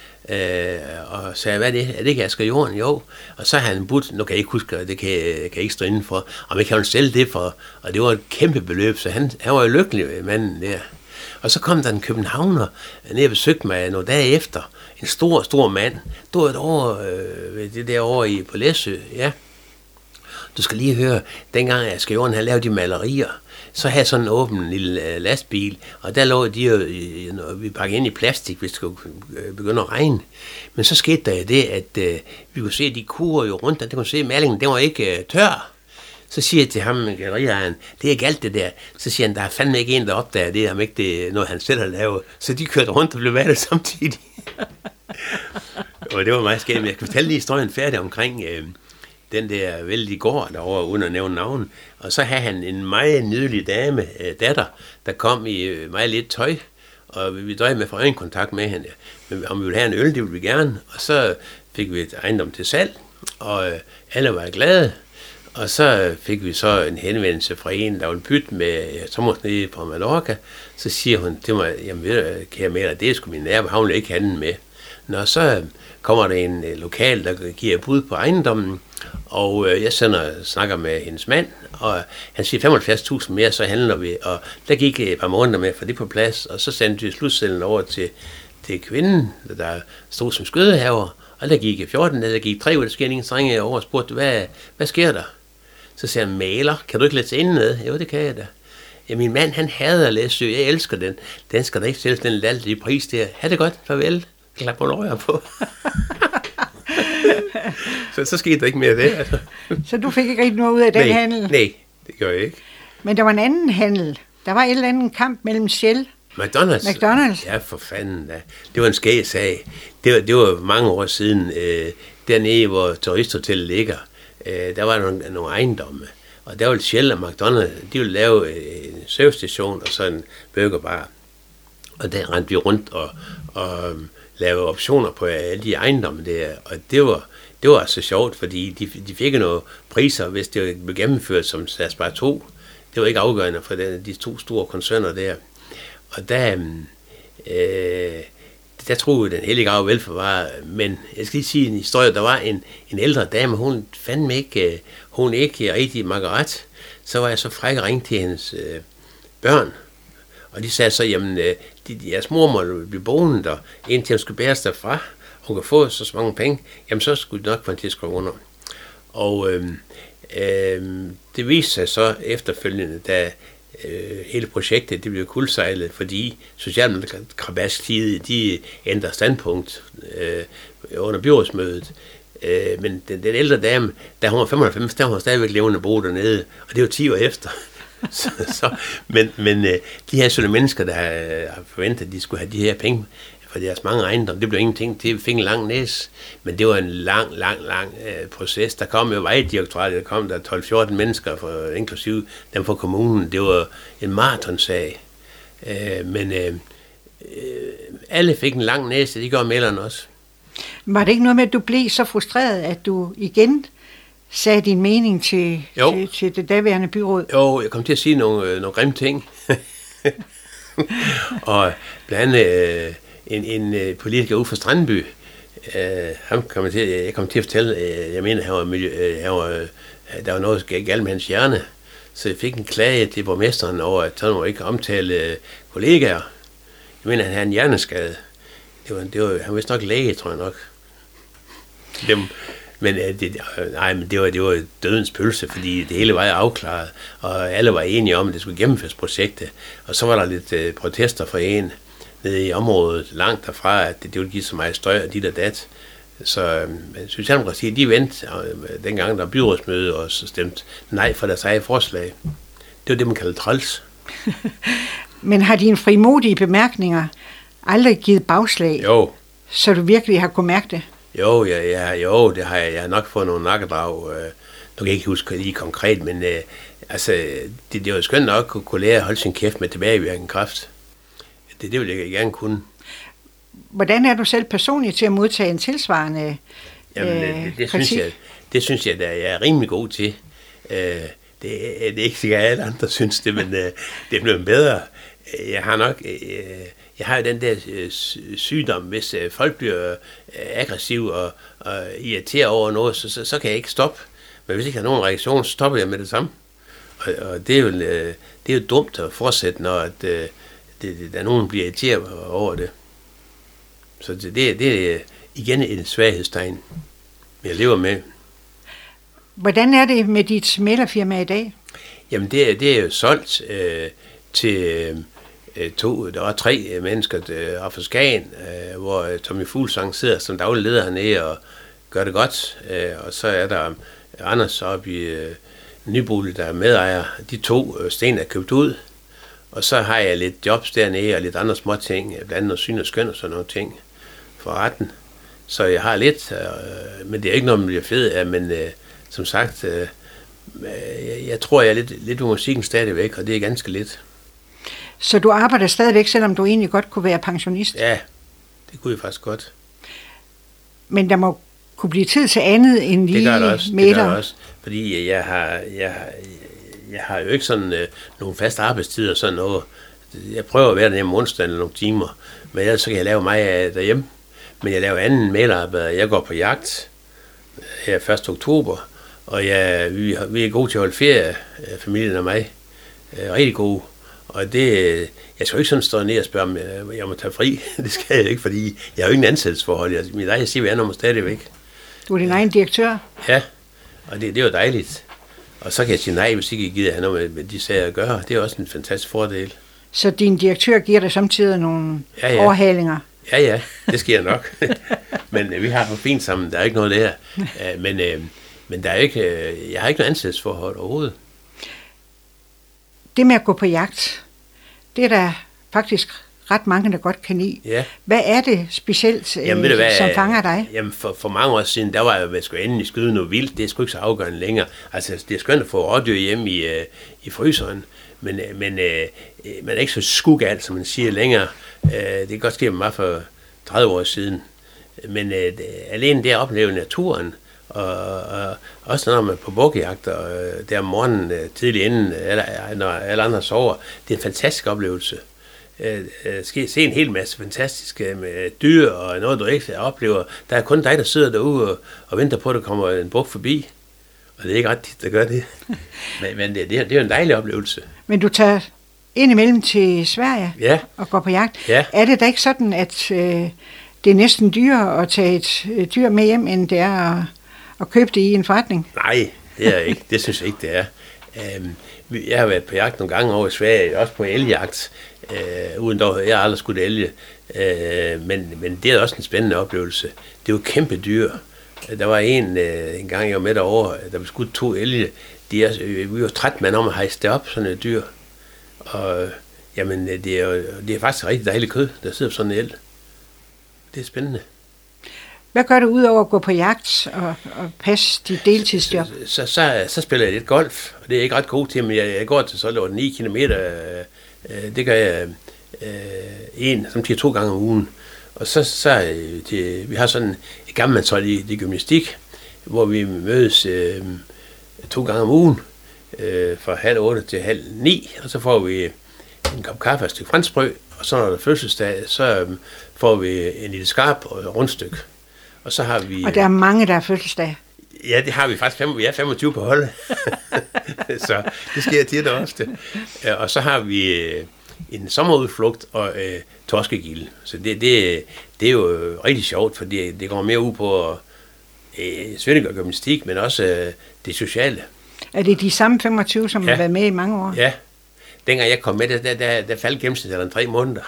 og sagde, hvad er det? Er det ikke Asger Jorden? Jo. Og så havde han budt, nu kan jeg ikke huske, det kan jeg ikke stå inden for, om jeg kan jo sælge det for, og det var et kæmpe beløb, så han var jo lykkelig, manden der. Og så kom der en københavner ned og besøgte mig nogle dage efter, en stor mand, det var et år, det der over på Læsø, ja. Du skal lige høre, dengang Asger Jorden havde lavet de malerier, så havde sådan en åben lille lastbil, og der lå de jo, vi pakkede ind i plastik, hvis det skulle begynde at regne. Men så skete der det, at vi kunne se, at de kurer jo rundt, og det kunne se, at malingen, den var ikke tør. Så siger jeg til ham, galleriejeren, det er ikke alt det der. Så siger han, der er fandme ikke en, der opdager det, om ikke det er noget, han selv har lavet. Så de kørte rundt og blev malet samtidig. Og det var meget skæmt. Jeg kan fortælle lige historien færdig omkring den der vældige gård derovre, uden at nævne navn. Og så havde han en meget nydelig dame, datter, der kom i meget lidt tøj, og vi drøjede med for øjenkontakt med hende. Om vi ville have en øl, det ville vi gerne. Og så fik vi et ejendom til salg, og alle var glade. Og så fik vi så en henvendelse fra en, der ville bytte med Thomas nede på Mallorca. Så siger hun til mig, jamen ved du, kære med, det er sgu min nærmere, hun vil ikke have den med. Når så kommer der en lokal, der giver bud på ejendommen, og jeg snakker med hendes mand, og han siger 75.000 mere, så handler vi. Og der gik et par måneder med for det på plads, og så sendte vi slutsedlen over til kvinden, der stod som skødehaver, og der gik 14 dage, der gik 3 uger, der sker ingen strenge over og spurgte, hvad sker der? Så siger han, maler, kan du ikke lade til inden med? Jo, det kan jeg da. Ja, min mand, han hader Læsø, jeg elsker den. Den skal da ikke sælges den latterlige pris der. Ha' det godt, farvel. Klap på løjer på. så skete der ikke mere af det. Altså. Så du fik ikke rigtig noget ud af den handel? Nej, det gør jeg ikke. Men der var en anden handel. Der var et eller andet kamp mellem Shell. McDonald's. Ja, for fanden da. Det var en skæg sag. Det var mange år siden, dernede, hvor turisthotellet ligger. Der var nogle ejendomme, og der ville Shell og McDonald's, de ville lave en servicestation og sådan en burgerbar. Og der rendte vi rundt og lavede optioner på alle de ejendomme der, og det var altså sjovt, fordi de fik nogle priser, hvis det blev gennemført som SAS bare 2. Det var ikke afgørende for de 2 store koncerner der. Og der troede den hellige grav velforvaret, men jeg skal lige sige en historie, der var en ældre dame, hun fandme ikke, hun ikke rigtig Margaret. Så var jeg så fræk at ringe til hendes børn, og de sagde så, jamen, jeres mor må blive boende der, indtil hun skulle bæres derfra, hun kan få så mange penge, jamen så skulle de nok få en tilskrive under. Og det viste sig så efterfølgende, da hele projektet det blev kuldsejlet, fordi Socialdemokratiet de ændrede standpunkt under byrådsmødet. Men den ældre dame, da hun var 95, der var hun stadigvæk levende bo dernede, og det var 10 år efter. Men de her sådan mennesker, der har forventet, at de skulle have de her penge for deres mange ejendomme, det blev ingenting. Det fik en lang næs, men det var en lang proces. Der kom jo vejdirektoratet, der kom der 12-14 mennesker, inklusive dem fra kommunen. Det var en maratonsag. Men alle fik en lang næse, det gør mælerne også. Var det ikke noget med, at du blev så frustreret, at du igen sagde din mening til det daværende byråd? Jo, jeg kom til at sige nogle grimme ting. Og blandt andet en politiker ude fra Strandby, jeg kom til at fortælle, jeg mener, der var noget galt med hans hjerne, så jeg fik en klage til borgmesteren over, at han må ikke omtale kollegaer. Jeg mener, han havde en hjerneskade. Han var vist nok læge, tror jeg nok. Men det var dødens pølse, fordi det hele var afklaret, og alle var enige om, at det skulle gennemføres projektet. Og så var der lidt protester fra en nede i området langt derfra, at det ville give så meget støj og dit og dat. Så Socialdemokratiet, de vendte dengang, der var byrådsmøde, og så stemte nej for deres eget forslag. Det var det, man kaldte træls. Men har dine frimodige bemærkninger aldrig givet bagslag? Jo. Så du virkelig har kunnet mærke det? Jo, det har jeg. Jeg har nok fået nogle nakkedrag. Nu kan jeg ikke huske lige konkret, men det var skønt nok at kunne lære at holde sin kæft med tilbagevirkende kraft. Det vil jeg gerne kunne. Hvordan er du selv personligt til at modtage en tilsvarende kritik? Det synes jeg, at jeg er rimelig god til. Det er ikke sikkert, at alle andre synes det, men det er blevet bedre. Jeg har jo den der sygdom, hvis folk bliver aggressive og irriterer over noget, så kan jeg ikke stoppe. Men hvis jeg ikke har nogen reaktion, så stopper jeg med det samme. Og det er jo dumt at fortsætte, når der nogen bliver irriteret over det. Så det er igen et svaghedstegn, jeg lever med. Hvordan er det med dit mæglerfirma i dag? Jamen det er jo solgt til der var 3 mennesker fra Skagen, hvor Tommy Fuglsang sidder som daglig leder hernede og gør det godt. Og så er der Anders oppe i Nybolig, der er medejer. De 2 sten er købt ud. Og så har jeg lidt jobs dernede og lidt andre små ting, blandt andet syn og skøn og sådan nogle ting for retten. Så jeg har lidt, men det er ikke noget, man bliver fed af, men som sagt, jeg tror, jeg er lidt ud musikken stadigvæk, og det er ganske lidt. Så du arbejder stadigvæk, selvom du egentlig godt kunne være pensionist? Ja, det kunne jeg faktisk godt. Men der må kunne blive tid til andet end lige meter? Det gør det også, fordi jeg har jo ikke sådan nogle faste arbejdstider og sådan noget. Jeg prøver at være derhjemme onsdag eller nogle timer, men ellers så kan jeg lave mig derhjemme. Men jeg laver anden mailarbejde. Jeg går på jagt her 1. oktober, og vi er gode til at holde ferie, familien og mig. Rigtig gode. Og det, jeg skal jo ikke sådan stå ned og spørge, om jeg må tage fri. Det skal jeg ikke, fordi jeg har jo ikke en ansættelsesforhold. Mit eget CVR-nummer stadigvæk. Du er din egen direktør? Ja, og det er jo dejligt. Og så kan jeg sige nej, hvis ikke I gider have noget med de sager at gøre. Det er også en fantastisk fordel. Så din direktør giver dig samtidig nogle overhalinger? Ja, det sker nok. Men vi har det fint sammen, der er ikke noget der. Men der er ikke, jeg har ikke noget ansættelsesforhold overhovedet. Det med at gå på jagt, det er der faktisk ret mange, der godt kan lide. Ja. Hvad er det specielt, som fanger dig? Jamen for mange år siden, der var jeg jo sgu endelig skyde noget vildt. Det er sgu ikke så afgørende længere. Altså, det er skønt at få rådyr hjemme i fryseren, men man er ikke så skugalt, som man siger længere. Det kan godt ske mig for 30 år siden. Men alene det at opleve naturen, og også når man er på bukkejagt, og der om morgenen tidligt inden, når alle andre sover, det er en fantastisk oplevelse. Se en hel masse fantastiske med dyr og noget, du ikke oplever. Der er kun dig, der sidder derude og venter på, at der kommer en buk forbi. Og det er ikke ret tit, der gør det. men det er jo en dejlig oplevelse. Men du tager indimellem til Sverige og går på jagt. Ja. Er det da ikke sådan, at det er næsten dyrere at tage et dyr med hjem, end det er at købe det i en forretning? Nej, det er ikke. Det synes jeg ikke, det er. Jeg har været på jagt nogle gange over i Sverige, også på elgjagt, uden dog, jeg har aldrig skudt elge, men det er også en spændende oplevelse. Det er jo kæmpe dyr. Der var en gang, jeg var med derovre, der blev skudt 2 elge. Vi var 13 mand om at hejse det op, sådan et dyr. Og jamen, det er faktisk rigtig dejligt kød, der sidder på sådan en el. Det er spændende. Hvad gør du ud over at gå på jagt og passe dit deltidsjob? Så spiller jeg lidt golf, og det er jeg ikke ret god til, men jeg går til så 9 kilometer. Det gør jeg som 2 gange om ugen. Og vi har sådan et gammelmandshold i gymnastik, hvor vi mødes 2 gange om ugen, fra 7:30 til 8:30, og så får vi en kop kaffe og et stykke franskbrød, og så når der er fødselsdag, så får vi en lille skarp og rundstykke. Og så har vi... Og der er mange, der er fødselsdag. Ja, det har vi faktisk. Vi er 25 på holdet. Så det sker tit og ofte. Og så har vi en sommerudflugt og torskegilde. Så det er jo rigtig sjovt, fordi det går mere ud på svømning og gymnastik, men også det sociale. Er det de samme 25, som har været med i mange år? Ja. Dengang jeg kom med, der faldt gennemsnittet 3 måneder.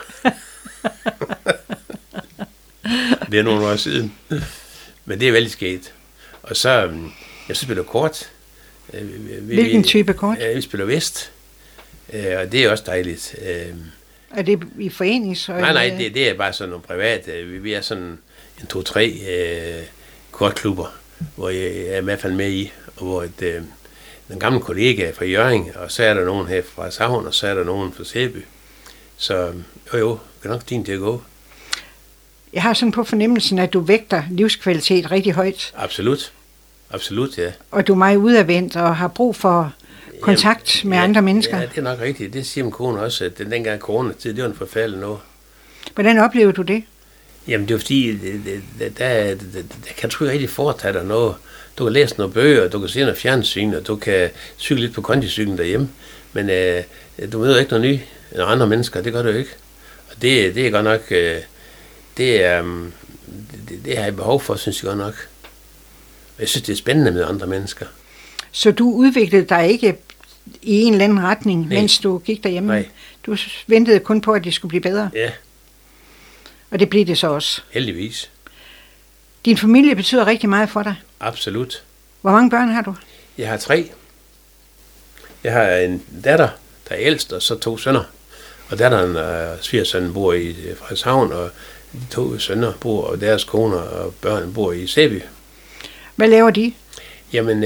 Det er nogle år siden. Men det er veldig sket. Og så, jeg spiller kort. Hvilken type kort? Vi spiller vest. Og det er også dejligt. Er det i forenings? Nej, det er bare sådan nogle private. Vi er sådan en 2-3 kortklubber, hvor jeg er i hvert fald med i, og hvor den gamle kollega fra Hjørring, og så er der nogen her fra Savn, og så er der nogen fra Sæby. Så jo, det er nok din til at gå. Jeg har sådan på fornemmelsen, at du vægter livskvalitet rigtig højt. Absolut, ja. Og du er meget udadvendt og har brug for kontakt med andre mennesker. Ja, det er nok rigtigt. Det siger min kone også, at dengang coronatid, det var en forfærdelig noget. Hvordan oplever du det? Jamen, det er fordi, der kan du ikke rigtig foretage dig noget. Du kan læse nogle bøger, du kan se noget fjernsyn, og du kan cykle lidt på konticyklen derhjemme. Men du møder ikke noget nye end andre mennesker, det gør du ikke. Og det er godt nok, det har jeg behov for, synes jeg godt nok. Jeg synes, det er spændende med andre mennesker. Så du udviklede dig ikke i en eller anden retning, mens du gik derhjemme? Nej. Du ventede kun på, at det skulle blive bedre? Ja. Og det blev det så også? Heldigvis. Din familie betyder rigtig meget for dig? Absolut. Hvor mange børn har du? Jeg har 3. Jeg har en datter, der er ældst, og så 2 sønner. Og datteren og svigersønnen bor i Frederikshavn, og de 2 sønner bor, og deres koner og børn bor i Sæby. Hvad laver de? Jamen,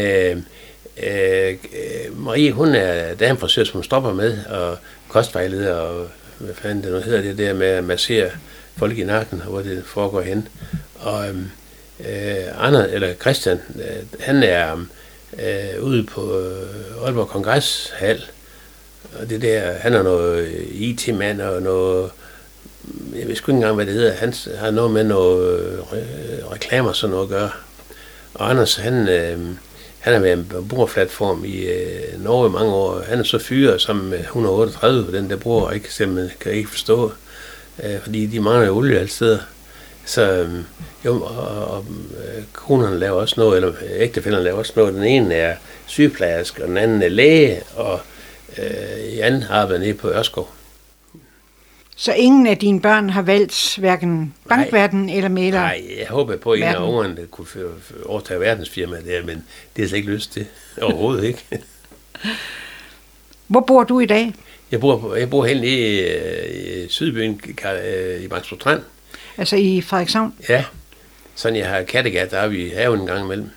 Marie, hun er damefrisør, som stopper med, og kostvejleder, og hvad fanden det nu hedder, det der med at massere folk i nakken, hvor det foregår hen. Og Christian, han er ude på Aalborg Kongreshal, og det der, han er noget IT-mand og noget, jeg ved sgu ikke engang, hvad det hedder, han har noget med noget reklamer sådan noget at gøre. Og Anders, han har været en brugerplatform i Norge i mange år. Han er så fyret sammen med 138 på den der bruger, ikke simpelthen kan ikke forstå, fordi de mangler olie alle steder. Så og konerne laver også noget, eller ægtefællerne laver også noget. Den ene er sygeplejerske, og den anden er læge, og Jan arbejder nede på Ørskov. Så ingen af dine børn har valgt hverken bankverden eller mæler? Nej, jeg håber på, at en af ungerne kunne overtage verdensfirmaet der, men det er slet ikke lyst til. Overhovedet ikke. Hvor bor du i dag? Jeg bor helt nede i Sydbyen, i Bangsbo Strand. Altså i Frederikshavn? Ja, sådan jeg har kattegat deroppe i haven en gang imellem.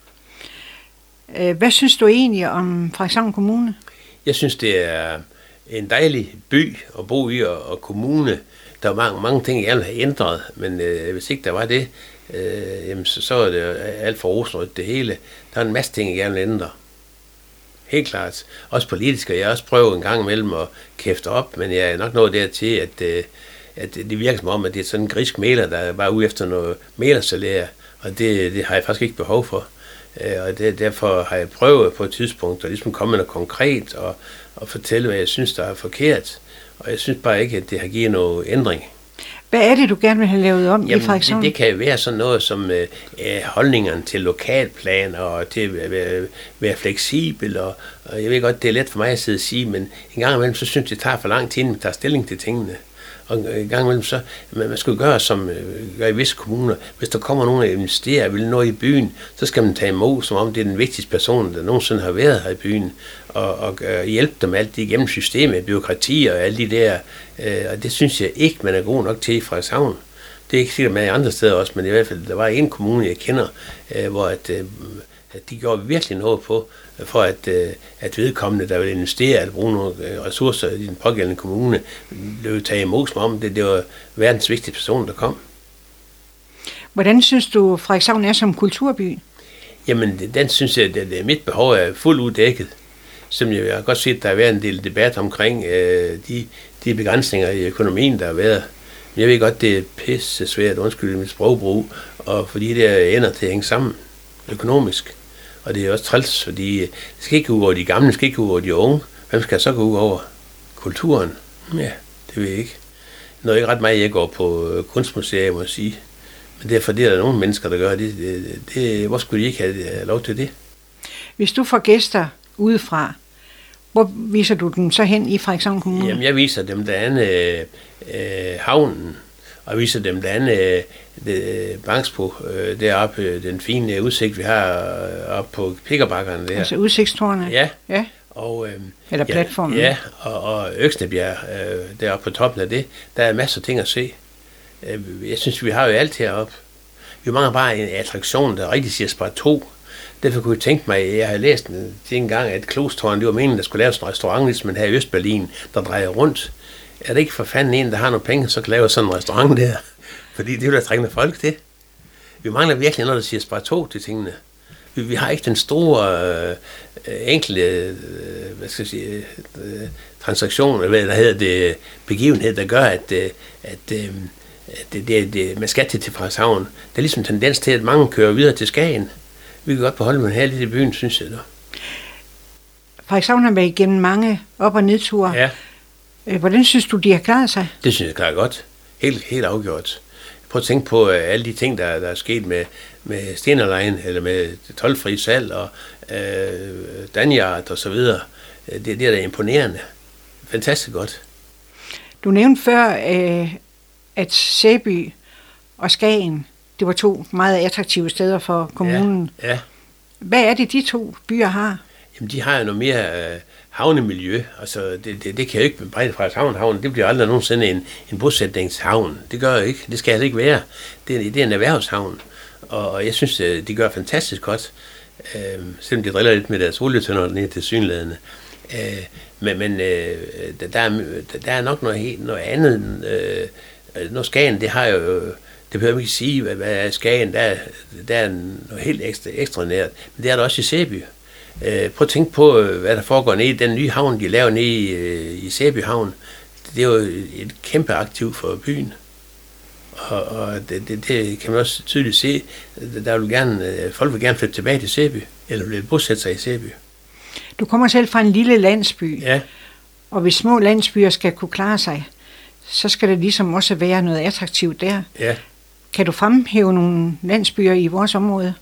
Hvad synes du egentlig om Frederikshavn Kommune? Jeg synes, det er en dejlig by at bo i, og kommune. Der er mange ting, jeg gerne vil have ændret, men hvis ikke der var det, jamen, så er det alt for rosenrødt det hele. Der er en masse ting, jeg gerne vil ændre. Helt klart. Også politisk, og jeg har også prøvet en gang imellem at kæfte op, men jeg er nok nået dertil, at det virker som om, at det er sådan en grisk mæler, der er bare ude efter noget mælersalær, og det har jeg faktisk ikke behov for. Og derfor har jeg prøvet på et tidspunkt at ligesom komme med noget konkret og fortælle, hvad jeg synes, der er forkert. Og jeg synes bare ikke, at det har givet noget ændring. Hvad er det, du gerne vil have lavet om i Frederikshavn? Det kan jo være sådan noget som holdningerne til lokalplaner og til at være fleksibel. Og jeg ved godt, det er let for mig at sidde og sige, men en gang imellem, så synes jeg, det tager for lang tid, inden man tager stilling til tingene. Og en gang imellem, så man skal gøre, som gør i visse kommuner. Hvis der kommer nogen, der investerer og vil noget i byen, så skal man tage imod, som om det er den vigtigste person, der nogensinde har været her i byen, og hjælpe dem alt det igennem systemet, byråkrati og alle de der. Og det synes jeg ikke, man er god nok til i Frederikshavn. Det er ikke sikkert med i andre steder også, men i hvert fald, der var en kommune, jeg kender, hvor at de gjorde virkelig noget på, for at vedkommende, der ville investere eller bruge nogle ressourcer i den pågældende kommune, blev taget imod, som om det var verdens vigtigste person, der kom. Hvordan synes du, Frederikshavn er som kulturby? Jamen, den synes jeg, at mit behov er fuldt uddækket. Som jeg har godt set, der har været en del debat omkring de begrænsninger i økonomien, der har været. Men jeg ved godt, det er pisse svært, undskyld mit sprogbrug, og fordi det ender til at hænge sammen økonomisk. Og det er også træls, fordi det skal ikke gå ud over de gamle, det skal ikke gå ud over de unge. Hvem skal så gå ud over kulturen? Ja, det ved jeg ikke. Når ikke ret meget, jeg går på kunstmuseer, må jeg sige. Men derfor det er der nogle mennesker, der gør det. Hvor skulle de ikke have lov til det? Hvis du får gæster udefra, hvor viser du dem så hen i Frederikshavn Kommune? Jamen, jeg viser dem blandt andet havnen, og viser dem blandt andet Bangsbo, deroppe, den fine udsigt, vi har oppe på Pikkerbakkerne der. Altså udsigtstårnet? Ja. Og, eller platformen? Ja, og Øksnebjerg, deroppe på toppen af det, der er masser af ting at se. Jeg synes, vi har jo alt heroppe. Vi mangler bare en attraktion, der rigtig siger spar 2. Derfor kunne jeg tænke mig, jeg har læst en gang, at Klostårn, det var meningen, der skulle laves en restaurant, ligesom man her i Østberlin, der drejer rundt. Er det ikke for fanden en, der har nogle penge, så kan lave sådan en restaurant der? Fordi det er jo der trængende folk til. Vi mangler virkelig noget, der siger spar 2 til tingene. Vi har ikke den store, enkle, transaktion, eller hvad der hedder det, begivenhed, der gør, at man skal til Frederikshavn. Der er ligesom en tendens til, at mange kører videre til Skagen. Vi kan godt beholde mig her lidt i byen, synes jeg da. Frederikshavn har været igennem mange op- og nedture. Ja. Hvordan synes du, de har klaret sig? Det synes jeg klarer godt. Helt afgjort. Prøv at tænke på alle de ting, der er sket med Stenerlein, eller med toldfri salg og Danjard og så videre. Det er da imponerende. Fantastisk godt. Du nævnte før, at Sæby og Skagen, det var 2 meget attraktive steder for kommunen. Ja. Hvad er det, de 2 byer har? Jamen, de har jo noget mere havnemiljø. Altså, det kan jo ikke brede fra havn. Det bliver aldrig nogensinde en bosætningshavn. Det gør jo ikke. Det skal det ikke være. Det er en erhvervshavn. Og jeg synes, de gør fantastisk godt. Selvom de driller lidt med deres olietønder ned til synlædende. Men der er nok noget andet. Noget Skagen, det har jo... Det behøver man ikke sige, hvad er Skagen. Der er noget helt ekstraordinært. Men det er der også i Sæby. Prøv at tænke på, hvad der foregår nede i den nye havn, de laver nede i Sæby Havn. Det er jo et kæmpe aktiv for byen. Og det kan man også tydeligt se. Folk vil gerne flytte tilbage til Sæby, eller vil bosætte sig i Sæby. Du kommer selv fra en lille landsby. Ja. Og hvis små landsbyer skal kunne klare sig, så skal der ligesom også være noget attraktivt der. Ja. Kan du fremhæve nogle landsbyer i vores område?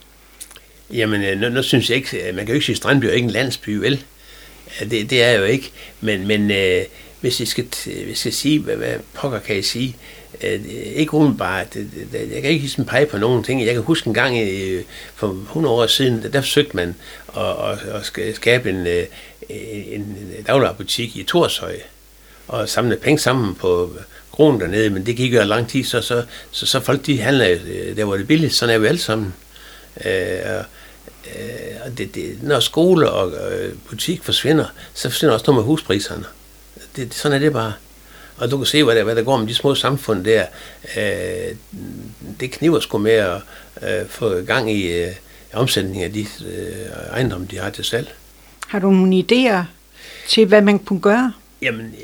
Jamen, nu synes jeg ikke, man kan jo ikke sige, at Strandby er ikke en landsby, vel? Det er jo ikke. Men hvis jeg skal sige, hvad pokker kan jeg sige, ikke umiddelbart, jeg kan ikke sådan pege på nogen ting. Jeg kan huske en gang for 100 år siden, der forsøgte man at skabe en dagligvarebutik i Torshøj, og samle penge sammen på kronen dernede, men det gik jo lang tid, så folk de handler der, hvor det er billigt, sådan er vi alle sammen. Når skole og butik forsvinder, så forsvinder også noget med huspriserne. Sådan er det bare. Og du kan se, hvad der går med de små samfund der. Det kniver sgu med at få gang i omsætning af de ejendomme, de har til salg. Har du nogle idéer til, hvad man kunne gøre? Jamen,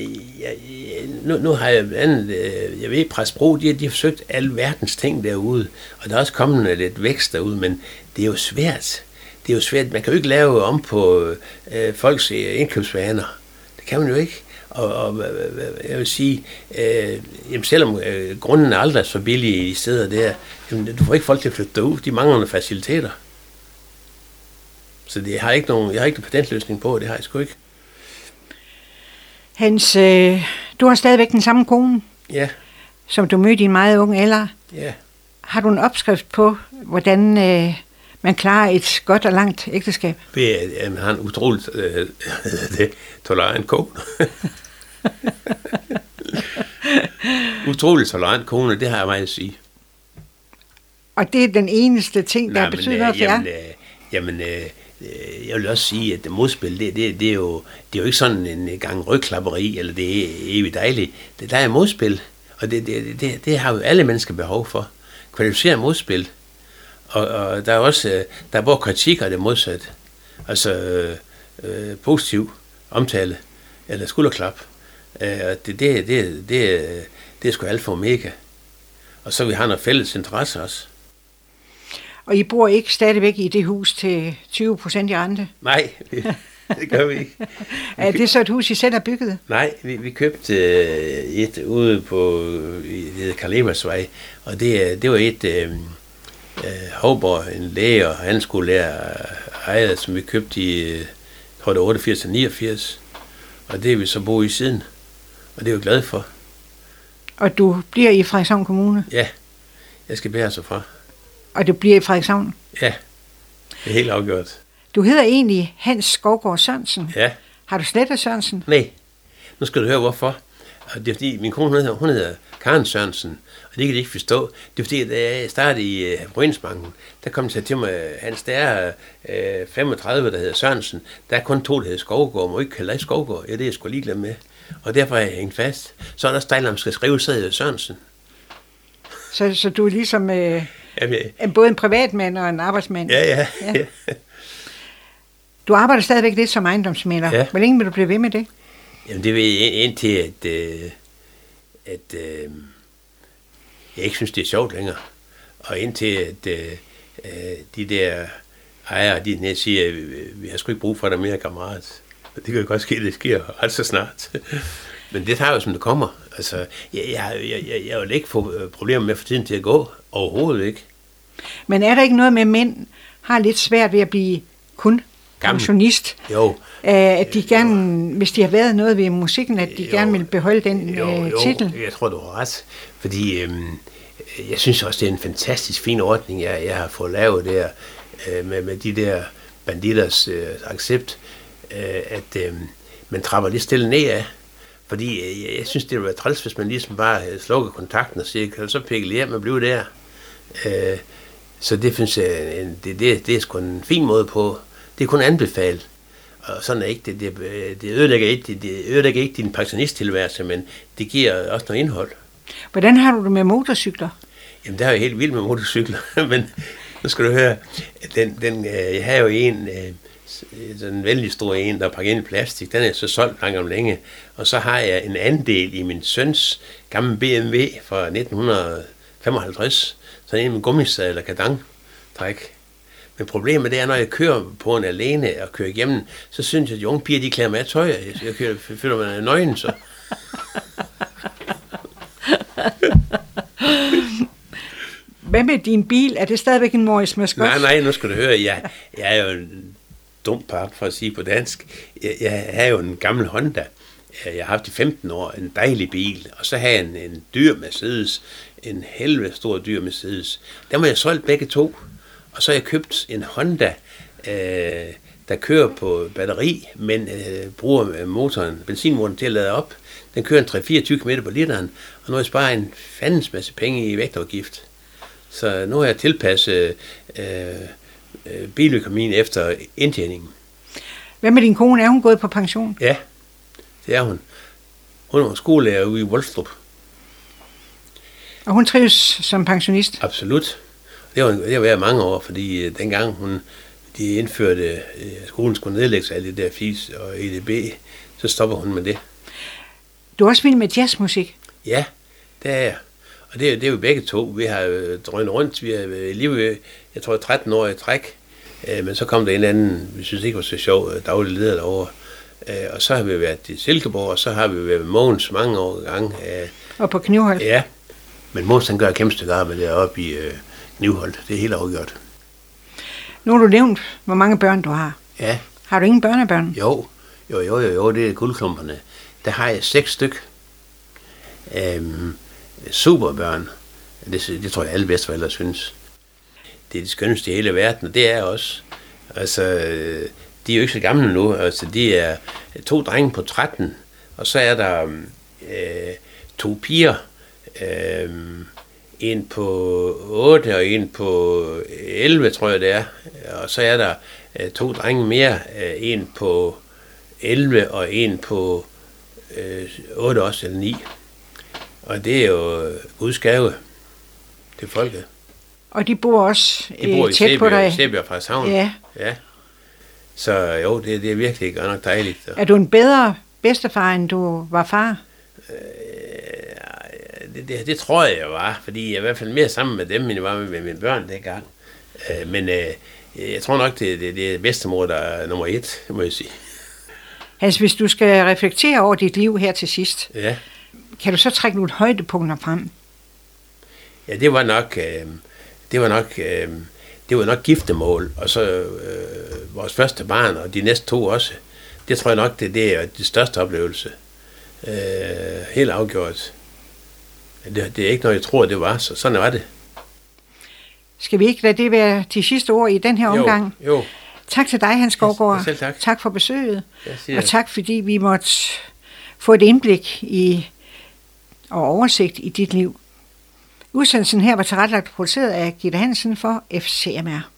nu har jeg jeg ved, Præstbro, de har forsøgt alle verdens ting derude, og der er også kommet lidt vækst derude, men det er jo svært. Det er jo svært. Man kan jo ikke lave om på folks indkøbsvaner. Det kan man jo ikke. Og jeg vil sige, jamen selvom grunden er aldrig så billig i steder der, jamen, du får ikke folk til at flytte derud. De mangler nogle faciliteter. Så jeg har ikke nogen patentløsning på, det har jeg sgu ikke. Hans, du har stadigvæk den samme kone, ja, som du mødte i en meget ung alder. Ja. Har du en opskrift på, hvordan man klarer et godt og langt ægteskab? Man har en utroligt tolerant kone. Utroligt tolerant kone, det har jeg meget at sige. Og det er den eneste ting, der betyder noget for jer? Jeg vil også sige, at modspil, det er jo ikke sådan en gang rygklapperi, eller det er evigt dejligt. Der er modspil, og det har jo alle mennesker behov for. Kvalificere modspil. Og der er også, der er både kritik og det modsat. Altså positiv omtale, eller skulderklap. Det er sgu alt for omega. Og så vi har noget fælles interesse også. Og I bor ikke stadigvæk i det hus til 20% i rente? Nej, Det gør vi ikke. Er det så et hus, I selv har bygget? Nej, vi købte et ude på Karl Ebersvej, og det var et Hovborg, en læge og handelsskolelærer ejede, som vi købte i, jeg tror det var 88 og 89, og det er vi så boet i siden, og det er vi glade for. Og du bliver i Frederikshavn Kommune? Ja, jeg skal bære sig fra. Og du bliver i Frederikshavn? Ja, det er helt afgjort. Du hedder egentlig Hans Skovgaard Sørensen. Ja. Har du slettet Sørensen? Nej, nu skal du høre hvorfor. Og det er fordi, min kone hun hedder Karen Sørensen, og det kan de ikke forstå. Det er fordi, da jeg startede i Brønsbanken, der kom de til mig, Hans, der er 35, der hedder Sørensen. Der er kun 2, der hedder Skovgaard, må ikke kalde dig Skovgaard. Ja, det er jeg sgu ligeglad med. Og derfor er jeg hængt fast. Så er der stejl, man skal skrive, så hedder Sørensen. Så du er ligesom både en privatmand og en arbejdsmand? Ja. Du arbejder stadigvæk lidt som ejendomsmægler. Ja. Hvor længe vil du blive ved med det? Jamen det vil indtil, at jeg ikke synes, det er sjovt længere. Og indtil, at de der ejere, de siger, vi har sgu ikke brug for dig mere, kammerat. Og det kan jo godt ske, det sker ret så snart. Men det tager jo, som det kommer. Altså, jeg vil ikke få problemer med at få tiden til at gå. Overhovedet ikke. Men er der ikke noget med, at mænd har lidt svært ved at blive kun pensionist? Jo. At de gerne, hvis de har været noget ved musikken, at de gerne vil beholde den titel? Jeg tror, du har ret. Fordi jeg synes også, det er en fantastisk fin ordning, jeg har fået lavet der, med de der banditters accept, at man trapper lidt stille ned af. Fordi jeg synes, det ville være træls, hvis man ligesom bare slukker kontakten og siger, kan du så pikke hjem og blive der? Så det synes jeg, det er sgu en fin måde på. Det er kun anbefalet. Og sådan er ikke det ødelægger ikke din pensionisttilværelse, men det giver også noget indhold. Hvordan har du det med motorcykler? Jamen, der er jo helt vildt med motorcykler, men nu skal du høre, jeg har jo en, sådan en vældig stor en, der er pakket ind i plastik, den er så solgt langt om længe, og så har jeg en andel i min søns gamle BMW fra 1955, sådan en med gummisadel og kadang-træk. Men problemet det er, når jeg kører på en alene og kører igennem, så synes jeg, at de unge piger, de klæder mig af tøj. Jeg føler mig nøgen, så. Hvad med din bil? Er det stadigvæk en Morris Mascot? Nej, nu skal du høre. Jeg er jo en dum pap, for at sige på dansk. Jeg har jo en gammel Honda. Jeg har haft i 15 år en dejlig bil, og så har jeg en dyr Mercedes, en helvede stor dyr Mercedes. Der må jeg solgt begge to. Og så har jeg købt en Honda, der kører på batteri, men bruger motoren, benzinmotoren til at lade op. Den kører en 3-24 km på literen, og nu har jeg sparet en fandens masse penge i vægtafgift. Så nu har jeg tilpasset biløkonomien efter indtjeningen. Hvad med din kone? Er hun gået på pension? Ja, det er hun. Hun er skolelærer ude i Volstrup. Og hun trives som pensionist? Absolut. Det har været mange år, fordi dengang de indførte, skolen skulle nedlægge alt det der FIS og EDB, så stopper hun med det. Du er også vild med jazzmusik? Ja, det er jeg. Og det er jo begge to. Vi har drønet rundt, vi har livet, jeg tror 13 år i træk, men så kom der en anden, vi synes ikke var så sjov, daglig leder derovre. Og så har vi været i Silkeborg, og så har vi været med Mogens mange år gang. Og på Knivholdt? Ja, men Mogens han gør et kæmpe stykke arbejde deroppe i Knivholdt. Det er helt afgjort. Nu har du nævnt, hvor mange børn du har. Ja. Har du ingen børnebørn? Jo, det er guldklumperne. Der har jeg 6 styk. Superbørn. Det tror jeg alle bedsteforældre synes. Det er de skønneste i hele verden, og det er også. Altså, de er jo ikke så gamle nu. Altså, de er 2 drenge på 13, og så er der 2 piger. En på 8 og en på 11, tror jeg det er. Og så er der 2 drenge mere. En på 11 og en på 8 også, eller 9. Og det er jo Guds gave til folket. Og de bor også tæt på dig? I Sæby og Frederikshavn. Ja. Så jo, det er virkelig godt nok dejligt. Er du en bedre bedstefar, end du var far? Det tror jeg var, fordi jeg er i hvert fald mere sammen med dem, end jeg var med mine børn dengang. Men jeg tror nok, det er bedstemor, der er nummer 1, må jeg sige. Hans, hvis du skal reflektere over dit liv her til sidst, Ja. kan du så trække nogle højdepunkter frem? Ja, det var nok giftermål, og så vores første barn, og de næste 2 også. Det tror jeg nok, det er det største oplevelse. Helt afgjort. Det er ikke noget, jeg tror, det var, så sådan var det. Skal vi ikke lade det være de sidste ord i den her omgang? Jo. Tak til dig, Hans Skovgaard. Selv tak. Tak for besøget. Ja, og tak, fordi vi måtte få et indblik i og oversigt i dit liv. Udsendelsen her var tilrettelagt og produceret af Gitte Hansen for FCMR.